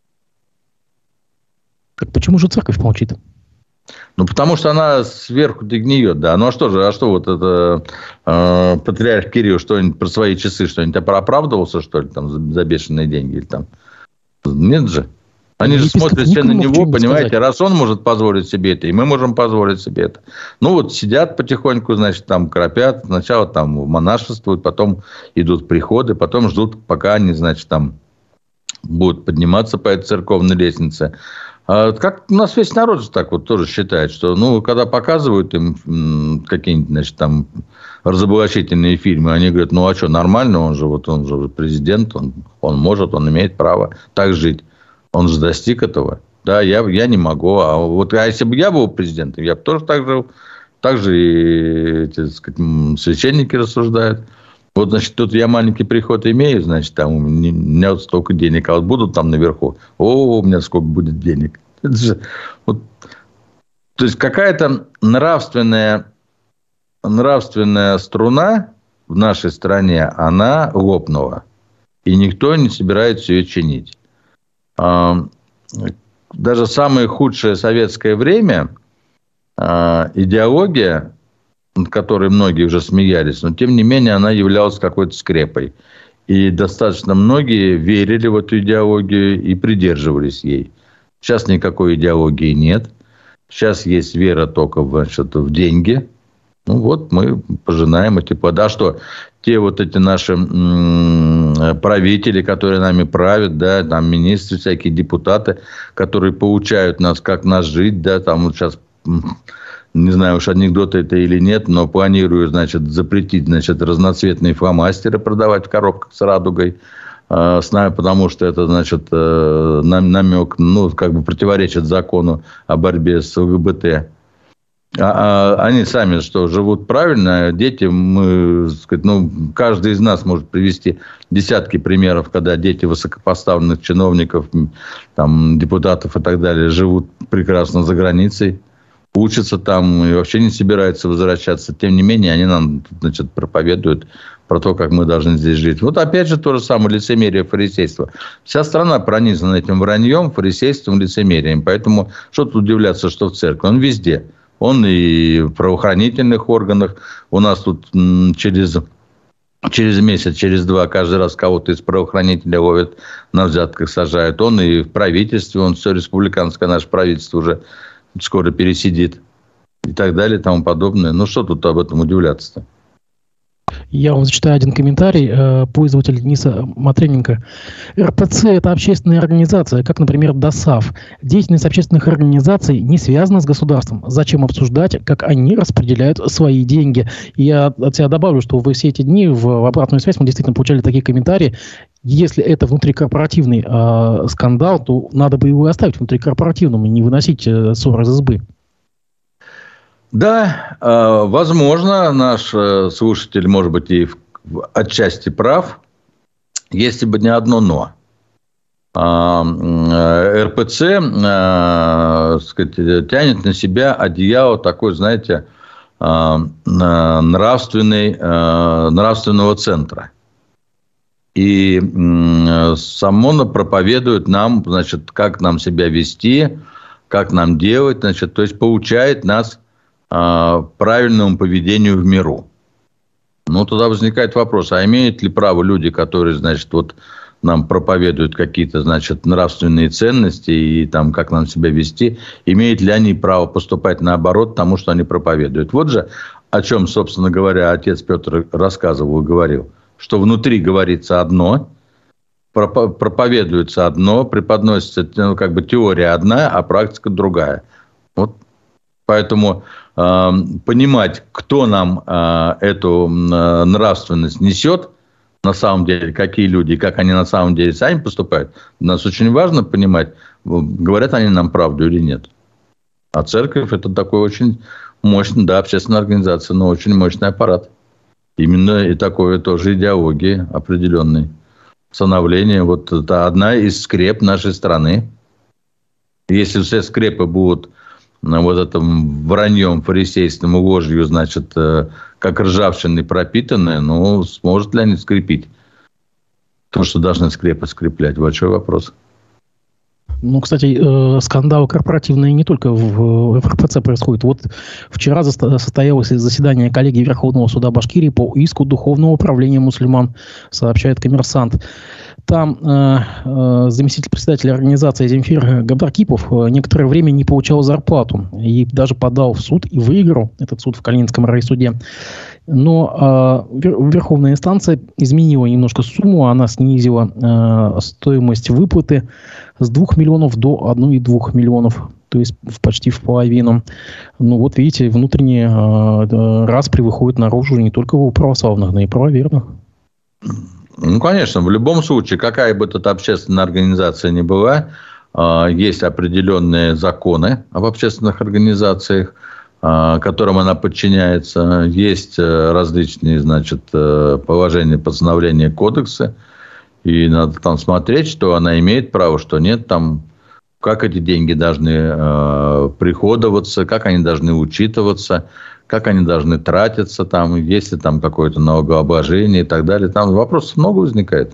Так почему же церковь молчит? Ну, потому что она сверху-то гниет, да. Ну, а что вот это патриарх Кирилл что-нибудь про свои часы, что-нибудь оправдывался, что ли, там, за бешеные деньги? Или, там? Нет же. Они же смотрят все на него, понимаете, сказать. Раз он может позволить себе это, и мы можем позволить себе это. Ну, вот сидят потихоньку, значит, там кропят, сначала там монашествуют, потом идут в приходы, потом ждут, пока они, значит, там будут подниматься по этой церковной лестнице. Как у нас весь народ так вот тоже считает, что, ну, когда показывают им какие-нибудь, значит, там разоблачительные фильмы, они говорят, ну, а что, нормально, он же президент, он может, он имеет право так жить. Он же достиг этого. Да, я не могу. А если бы я был президентом, я бы тоже так жил. Так же и, так сказать, священники рассуждают. Вот, значит, тут я маленький приход имею, значит, там у меня вот столько денег, а вот будут там наверху, у меня сколько будет денег. Это же, вот, то есть, какая-то нравственная нравственная струна в нашей стране, она лопнула. И никто не собирается ее чинить. Даже самое худшее советское время, идеология, над которой многие уже смеялись, но тем не менее она являлась какой-то скрепой. И достаточно многие верили в эту идеологию и придерживались ей. Сейчас никакой идеологии нет. Сейчас есть вера только в деньги. Ну вот мы пожинаем эти плоды. А что, те вот эти наши правители, которые нами правят, да, там министры, всякие депутаты, которые поучают нас, как нас жить, да, там вот сейчас, не знаю уж анекдоты это или нет, но планирую, значит, запретить, значит, разноцветные фломастеры продавать в коробках с радугой, потому что это, значит, намек, ну, как бы противоречит закону о борьбе с ЛГБТ. Они сами что, живут правильно? Дети, мы, сказать, ну, каждый из нас может привести десятки примеров, когда дети высокопоставленных чиновников, там, депутатов и так далее живут прекрасно за границей, учатся там и вообще не собираются возвращаться. Тем не менее, они нам, значит, проповедуют про то, как мы должны здесь жить. Вот опять же то же самое лицемерие, фарисейство. Вся страна пронизана этим враньем, фарисейством, лицемерием. Поэтому что тут удивляться, что в церкви? Он везде. Он и в правоохранительных органах. У нас тут через месяц, через два каждый раз кого-то из правоохранителей ловят, на взятках сажают. Он и в правительстве, он все республиканское наше правительство уже скоро пересидит. И так далее, и тому подобное. Ну, что тут об этом удивляться-то? Я вам зачитаю один комментарий. Пользователь Дениса Матрененко. РПЦ – это общественная организация, как, например, ДОСААФ. Деятельность общественных организаций не связана с государством. Зачем обсуждать, как они распределяют свои деньги? И я от себя добавлю, что вы все эти дни в обратную связь мы действительно получали такие комментарии. Если это внутрикорпоративный скандал, то надо бы его оставить внутрикорпоративным и не выносить ссор из избы. Да, возможно, наш слушатель, может быть, и отчасти прав, если бы не одно «но». РПЦ сказать, тянет на себя одеяло такой, знаете, нравственного центра. И само проповедует нам, значит, как нам себя вести, как нам делать, значит, то есть поучает нас правильному поведению в миру. Ну, тогда возникает вопрос, а имеют ли право люди, которые, значит, вот нам проповедуют какие-то, значит, нравственные ценности и там, как нам себя вести, имеют ли они право поступать наоборот тому, что они проповедуют? Вот же, о чем, собственно говоря, отец Петр рассказывал и говорил, что внутри говорится одно, проповедуется одно, преподносится, ну, как бы теория одна, а практика другая. Вот. Поэтому понимать, кто нам эту нравственность несет, на самом деле, какие люди, как они на самом деле сами поступают, нас очень важно понимать, говорят они нам правду или нет. А церковь – это такой очень мощный, да, общественная организация, но очень мощный аппарат. Именно и такой тоже идеологии определенной. Становление, вот это одна из скреп нашей страны. Если все скрепы будут вот этим враньем, фарисейством и ложью, значит, как ржавчиной пропитанные, ну, сможет ли они скрепить то, что должны скрепы скреплять? Большой вопрос. Ну, кстати, скандалы корпоративные не только в РПЦ происходят. Вот вчера состоялось заседание коллегии Верховного суда Башкирии по иску Духовного управления мусульман, сообщает «Коммерсант». Там заместитель председателя организации Земфир Габдаркипов некоторое время не получал зарплату. И даже подал в суд и выиграл этот суд в Калининском райсуде. Но Верховная инстанция изменила немножко сумму. Она снизила стоимость выплаты с 2 миллионов до 1,2 миллионов. То есть почти в половину. Ну вот видите, внутренние распри выходят наружу не только у православных, но и правоверных. Ну, конечно, в любом случае, какая бы тут общественная организация ни была, есть определенные законы об общественных организациях, которым она подчиняется, есть различные, значит, положения, постановления, кодексы, и надо там смотреть, что она имеет право, что нет, там, как эти деньги должны приходоваться, как они должны учитываться, как они должны тратиться, там, есть ли там какое-то налогообложение и так далее. Там вопросов много возникает.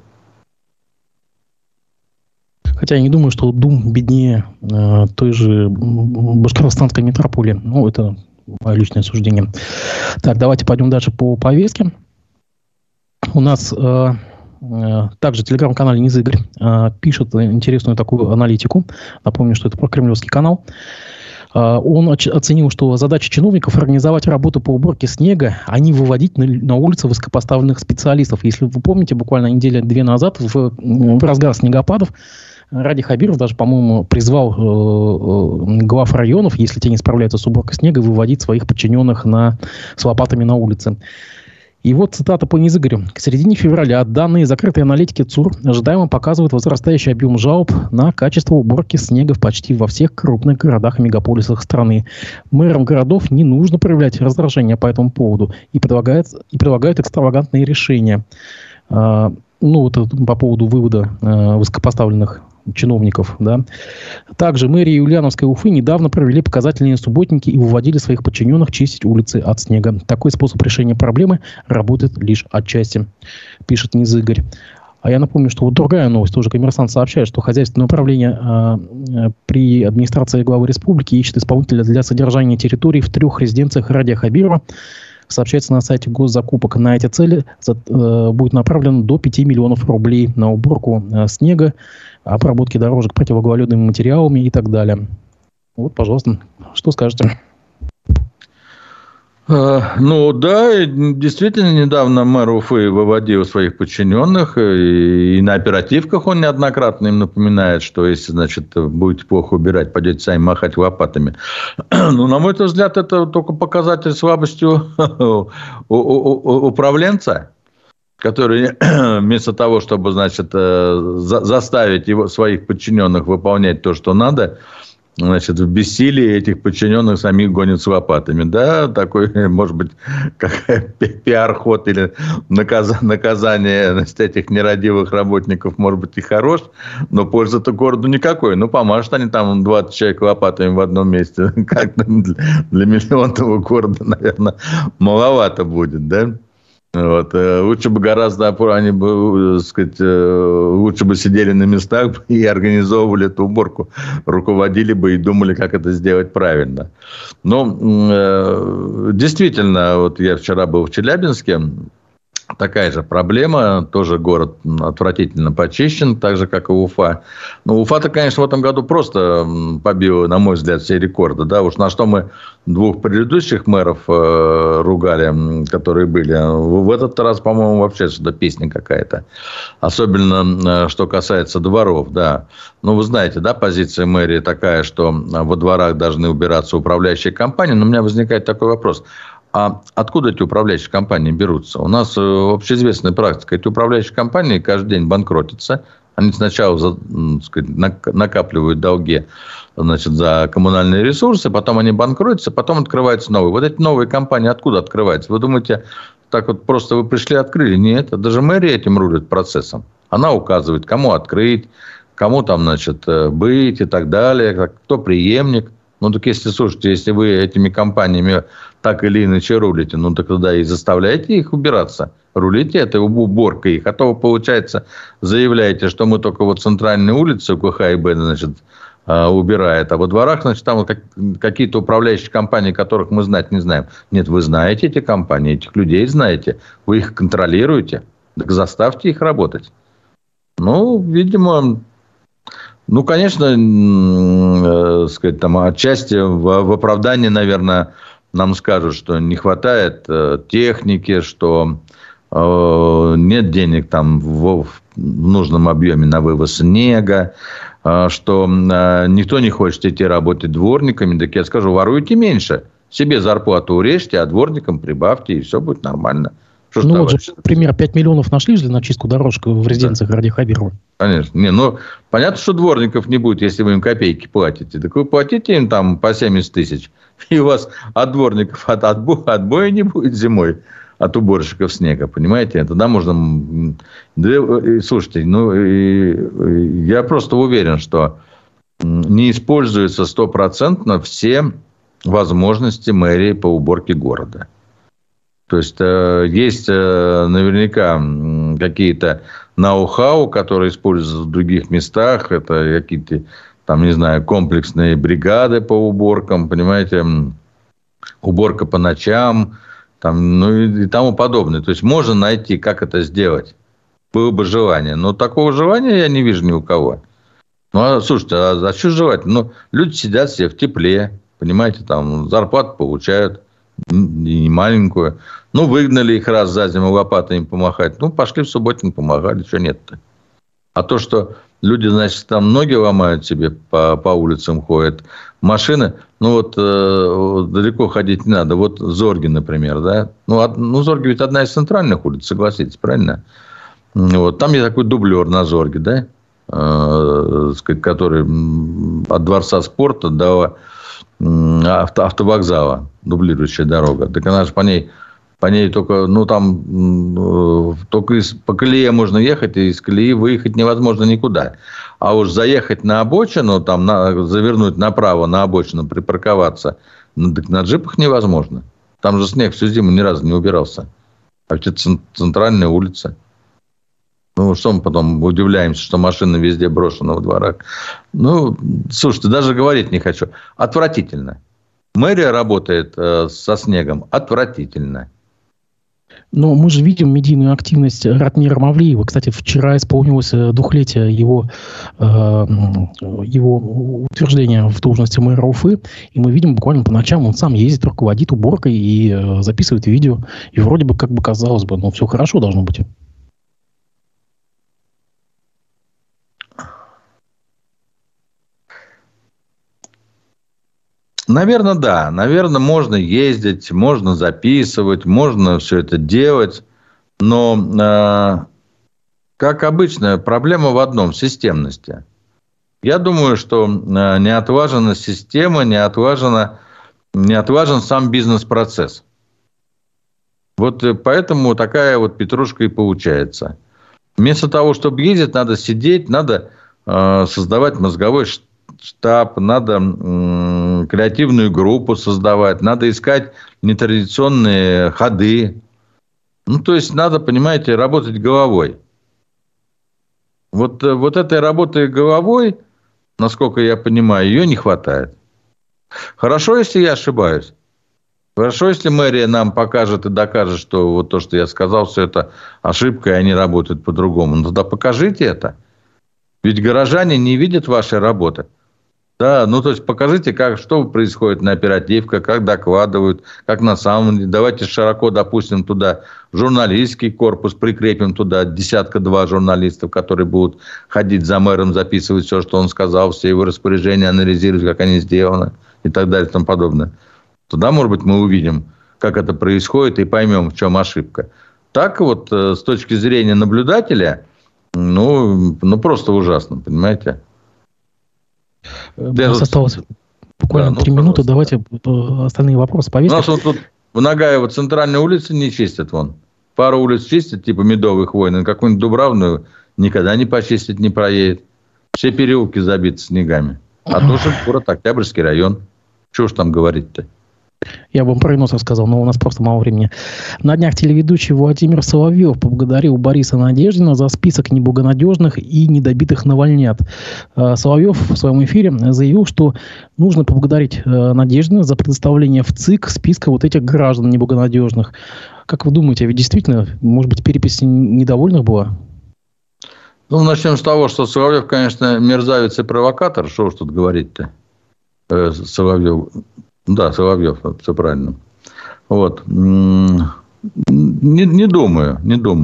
Хотя я не думаю, что Дум беднее той же башкортостанской метрополии. Ну, это мое личное суждение. Так, давайте пойдем дальше по повестке. У нас также в телеграм-канале Низыгорь пишет интересную такую аналитику. Напомню, что это прокремлевский канал. Он оценил, что задача чиновников организовать работу по уборке снега, а не выводить на улицы высокопоставленных специалистов. Если вы помните, буквально неделю-две назад в разгар снегопадов Ради Хабиров даже, по-моему, призвал глав районов, если те не справляются с уборкой снега, выводить своих подчиненных с лопатами на улице. И вот цитата по Низыгорю. К середине февраля данные закрытой аналитики ЦУР ожидаемо показывают возрастающий объем жалоб на качество уборки снега почти во всех крупных городах и мегаполисах страны. Мэрам городов не нужно проявлять раздражение по этому поводу и предлагают экстравагантные решения. Вот по поводу вывода высокопоставленных чиновников. Да. Также мэрия Ульяновской Уфы недавно провели показательные субботники и выводили своих подчиненных чистить улицы от снега. Такой способ решения проблемы работает лишь отчасти, пишет Низыгорь. А я напомню, что вот другая новость, тоже «Коммерсант» сообщает, что хозяйственное управление при администрации главы республики ищет исполнителя для содержания территорий в 3 резиденциях Радия Хабирова. Сообщается на сайте госзакупок. На эти цели будет направлено до 5 миллионов рублей на уборку снега, обработки дорожек противогололедными материалами и так далее. Вот, пожалуйста, что скажете? Действительно, недавно мэр Уфы выводил своих подчиненных, и на оперативках он неоднократно им напоминает, что если, будете плохо убирать, пойдете сами махать лопатами. На мой взгляд, это только показатель слабости управленца, который вместо того, чтобы, заставить своих подчиненных выполнять то, что надо, в бессилии этих подчиненных самих гонят с лопатами. Да, такой, может быть, пиар-ход или наказание этих нерадивых работников, может быть, и хорош, но пользы-то городу никакой. Помажут они там 20 человек лопатами в одном месте. Как-то для миллионного города, наверное, маловато будет, да? Лучше бы они лучше бы сидели на местах и организовывали эту уборку, руководили бы и думали, как это сделать правильно. Действительно, я вчера был в Челябинске, такая же проблема, тоже город отвратительно почищен, так же, как и Уфа. Уфа-то, конечно, в этом году просто побила, на мой взгляд, все рекорды. Да? Уж на что мы 2 предыдущих мэров ругали, которые были. В этот раз, по-моему, вообще что-то песня какая-то. Особенно, что касается дворов. Да. Вы знаете, да, позиция мэрии такая, что во дворах должны убираться управляющие компании. Но у меня возникает такой вопрос. А откуда эти управляющие компании берутся? У нас общеизвестная практика. Эти управляющие компании каждый день банкротятся. Они сначала накапливают долги за коммунальные ресурсы, потом они банкротятся, потом открываются новые. Вот эти новые компании откуда открываются? Вы думаете, так вот просто вы пришли и открыли? Нет, даже мэрия этим рулит процессом. Она указывает, кому открыть, кому там, быть и так далее, кто преемник. Так если вы этими компаниями так или иначе рулите, так тогда и заставляйте их убираться. Рулите этой уборкой их. А то вы, получается, заявляете, что мы только центральные улицы УКХ и Б, убирает. А во дворах, там какие-то управляющие компании, которых мы знать не знаем. Нет, вы знаете эти компании, этих людей знаете. Вы их контролируете. Так заставьте их работать. Видимо... конечно, отчасти в оправдании, наверное, нам скажут, что не хватает техники, что нет денег там в нужном объеме на вывоз снега, что никто не хочет идти работать дворниками. Так я скажу, воруйте меньше. Себе зарплату урежьте, а дворникам прибавьте, и все будет нормально. Пример 5 миллионов нашли же на чистку дорожек в резиденциях Радия Хабирова. Конечно. Понятно, что дворников не будет, если вы им копейки платите. Так вы платите им там по 70 тысяч. И у вас от дворников отбоя не будет зимой. От уборщиков снега, понимаете? Тогда можно... Слушайте, я просто уверен, что не используются 100% все возможности мэрии по уборке города. То есть, есть наверняка какие-то ноу-хау, которые используются в других местах. Это какие-то, там, не знаю, комплексные бригады по уборкам, понимаете, уборка по ночам, там, ну и тому подобное. То есть, можно найти, как это сделать. Было бы желание. Но такого желания я не вижу ни у кого. Ну, слушайте, а что желать? Ну, люди сидят все в тепле, понимаете, там, зарплату получают. Не маленькую. Ну, выгнали их раз за зиму лопатами помахать. Ну, пошли в субботник, помогали. Что нет-то? А то, что люди, значит, там ноги ломают себе, по улицам ходят. Машины, ну, вот далеко ходить не надо. Вот Зорги, например, да? Ну, Зорги ведь одна из центральных улиц, согласитесь, правильно? Вот. Там есть такой дублер на Зорге, да? Который от Дворца спорта до автовокзала, дублирующая дорога. Так она же по ней только, ну, там только по колее можно ехать, и из колеи выехать невозможно никуда. А уж заехать на обочину, там, завернуть направо на обочину, припарковаться, так на джипах невозможно. Там же снег всю зиму ни разу не убирался. А это центральная улица. Ну, что мы потом удивляемся, что машины везде брошены во дворах. Ну, слушайте, даже говорить не хочу. Отвратительно. Мэрия работает со снегом отвратительно. Но мы же видим медийную активность Ратмира Мавлиева. Кстати, вчера исполнилось двухлетие его утверждения в должности мэра Уфы. И мы видим буквально по ночам, он сам ездит, руководит уборкой и записывает видео. И вроде бы, как бы казалось бы, ну, все хорошо должно быть. Наверное, да. Наверное, можно ездить, можно записывать, можно все это делать. Но, как обычно, проблема в одном – системности. Я думаю, что не отлажена система, не отлажен сам бизнес-процесс. Вот поэтому такая вот петрушка и получается. Вместо того, чтобы ездить, надо сидеть, надо создавать мозговой штаб, надо креативную группу создавать, надо искать нетрадиционные ходы. Ну, то есть, надо, понимаете, работать головой. Вот этой работы головой, насколько я понимаю, ее не хватает. Хорошо, если я ошибаюсь. Хорошо, если мэрия нам покажет и докажет, что вот то, что я сказал, все это ошибка, и они работают по-другому. Ну, тогда покажите это. Ведь горожане не видят вашей работы. Да, ну, то есть, покажите, что происходит на оперативках, как докладывают, как на самом деле. Давайте широко допустим туда журналистский корпус, прикрепим туда 1-2 журналистов, которые будут ходить за мэром, записывать все, что он сказал, все его распоряжения, анализировать, как они сделаны и так далее и тому подобное. Тогда, может быть, мы увидим, как это происходит, и поймем, в чем ошибка. Так вот, с точки зрения наблюдателя, ну просто ужасно, понимаете? У нас осталось буквально 3 минуты. Давайте остальные вопросы повесим. У нас вот тут в Нагаево центральной улице не чистят вон. Пару улиц чистят, типа Медовых войн, а какую-нибудь Дубравную никогда не почистить, не проедет. Все переулки забиты снегами. А тоже город Октябрьский район. Чего ж там говорить-то? Я бы вам про Инос рассказал, но у нас просто мало времени. На днях телеведущий Владимир Соловьев поблагодарил Бориса Надеждина за список неблагонадежных и недобитых навальнят. Соловьев в своем эфире заявил, что нужно поблагодарить Надеждина за предоставление в ЦИК списка вот этих граждан неблагонадежных. Как вы думаете, ведь действительно, может быть, перепись недовольных была? Ну, начнем с того, что Соловьев, конечно, мерзавец и провокатор. Что уж тут говорить-то? Соловьев... Да, Соловьев, все правильно. Вот. Не думаю.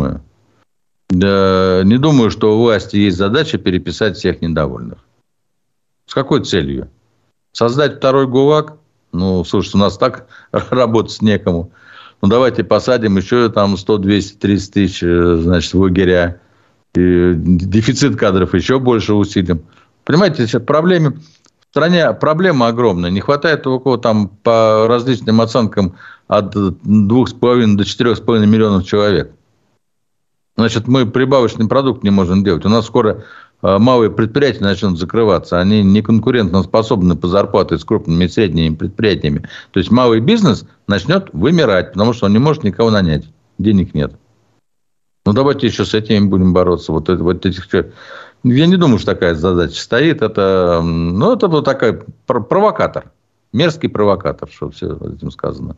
Не думаю, что у власти есть задача переписать всех недовольных. С какой целью? Создать второй ГУЛАГ? Ну, слушайте, у нас так работать некому. Ну, давайте посадим еще там 100, 200, 30 тысяч, значит, в лагеря. И дефицит кадров еще больше усилим. Понимаете, в стране проблема огромная. Не хватает около, там, по различным оценкам, от 2,5 до 4,5 миллионов человек. Значит, мы прибавочный продукт не можем делать. У нас скоро малые предприятия начнут закрываться. Они не конкурентоспособны по зарплате с крупными и средними предприятиями. То есть малый бизнес начнет вымирать, потому что он не может никого нанять. Денег нет. Ну, давайте еще с этим будем бороться. Я не думаю, что такая задача стоит. Это вот такой провокатор. Мерзкий провокатор, что все этим сказано.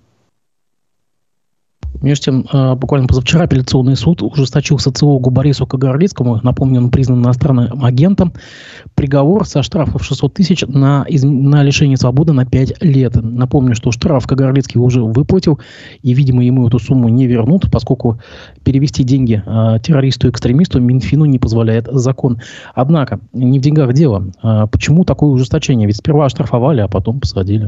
Между тем, буквально позавчера апелляционный суд ужесточил социологу Борису Кагарлицкому, напомню, он признан иностранным агентом, приговор со штрафом в 600 тысяч на лишение свободы на 5 лет. Напомню, что штраф Кагарлицкий уже выплатил, и, видимо, ему эту сумму не вернут, поскольку перевести деньги террористу и экстремисту Минфину не позволяет закон. Однако, не в деньгах дело. Почему такое ужесточение? Ведь сперва оштрафовали, а потом посадили.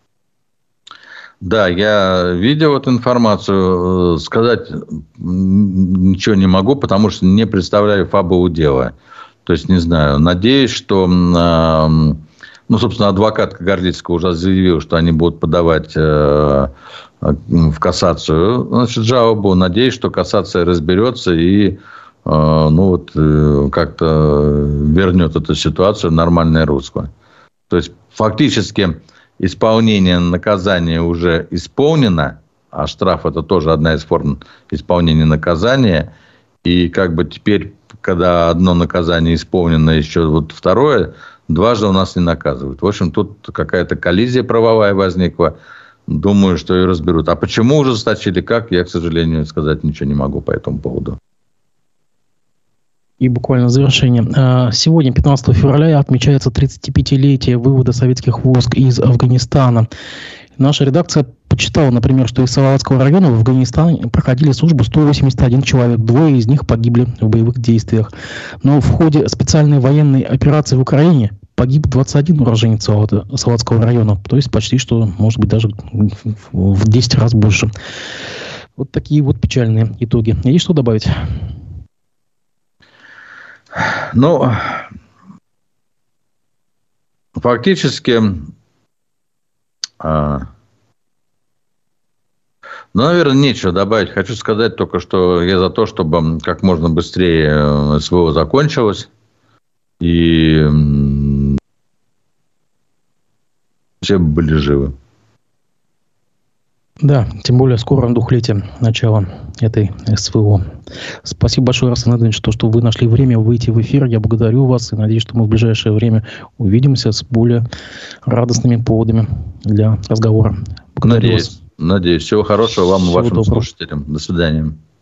Да, я видел эту информацию. Сказать ничего не могу, потому что не представляю фабулу дела. То есть, не знаю. Надеюсь, что... собственно, адвокат Кагарлицкого уже заявил, что они будут подавать в кассацию, жалобу. Надеюсь, что кассация разберется и как-то вернет эту ситуацию в нормальное русло. То есть, фактически... Исполнение наказания уже исполнено, а штраф – это тоже одна из форм исполнения наказания. И теперь, когда одно наказание исполнено, еще второе, дважды у нас не наказывают. В общем, тут какая-то коллизия правовая возникла. Думаю, что ее разберут. А почему ужесточили, как, я, к сожалению, сказать ничего не могу по этому поводу. И буквально в завершение. Сегодня, 15 февраля, отмечается 35-летие вывода советских войск из Афганистана. Наша редакция почитала, например, что из Салаватского района в Афганистане проходили службу 181 человек. 2 из них погибли в боевых действиях. Но в ходе специальной военной операции в Украине погиб 21 уроженец Салаватского района. То есть почти что, может быть, даже в 10 раз больше. Вот такие вот печальные итоги. Есть что добавить? Фактически, наверное, нечего добавить. Хочу сказать только, что я за то, чтобы как можно быстрее СВО закончилось. И все были живы. Да, тем более скоро 2-летие начала этой СВО. Спасибо большое, Арсен Эдович, что вы нашли время выйти в эфир. Я благодарю вас и надеюсь, что мы в ближайшее время увидимся с более радостными поводами для разговора. Благодарю вас. Надеюсь. Всего хорошего вам и вашим доброго. слушателям. До свидания.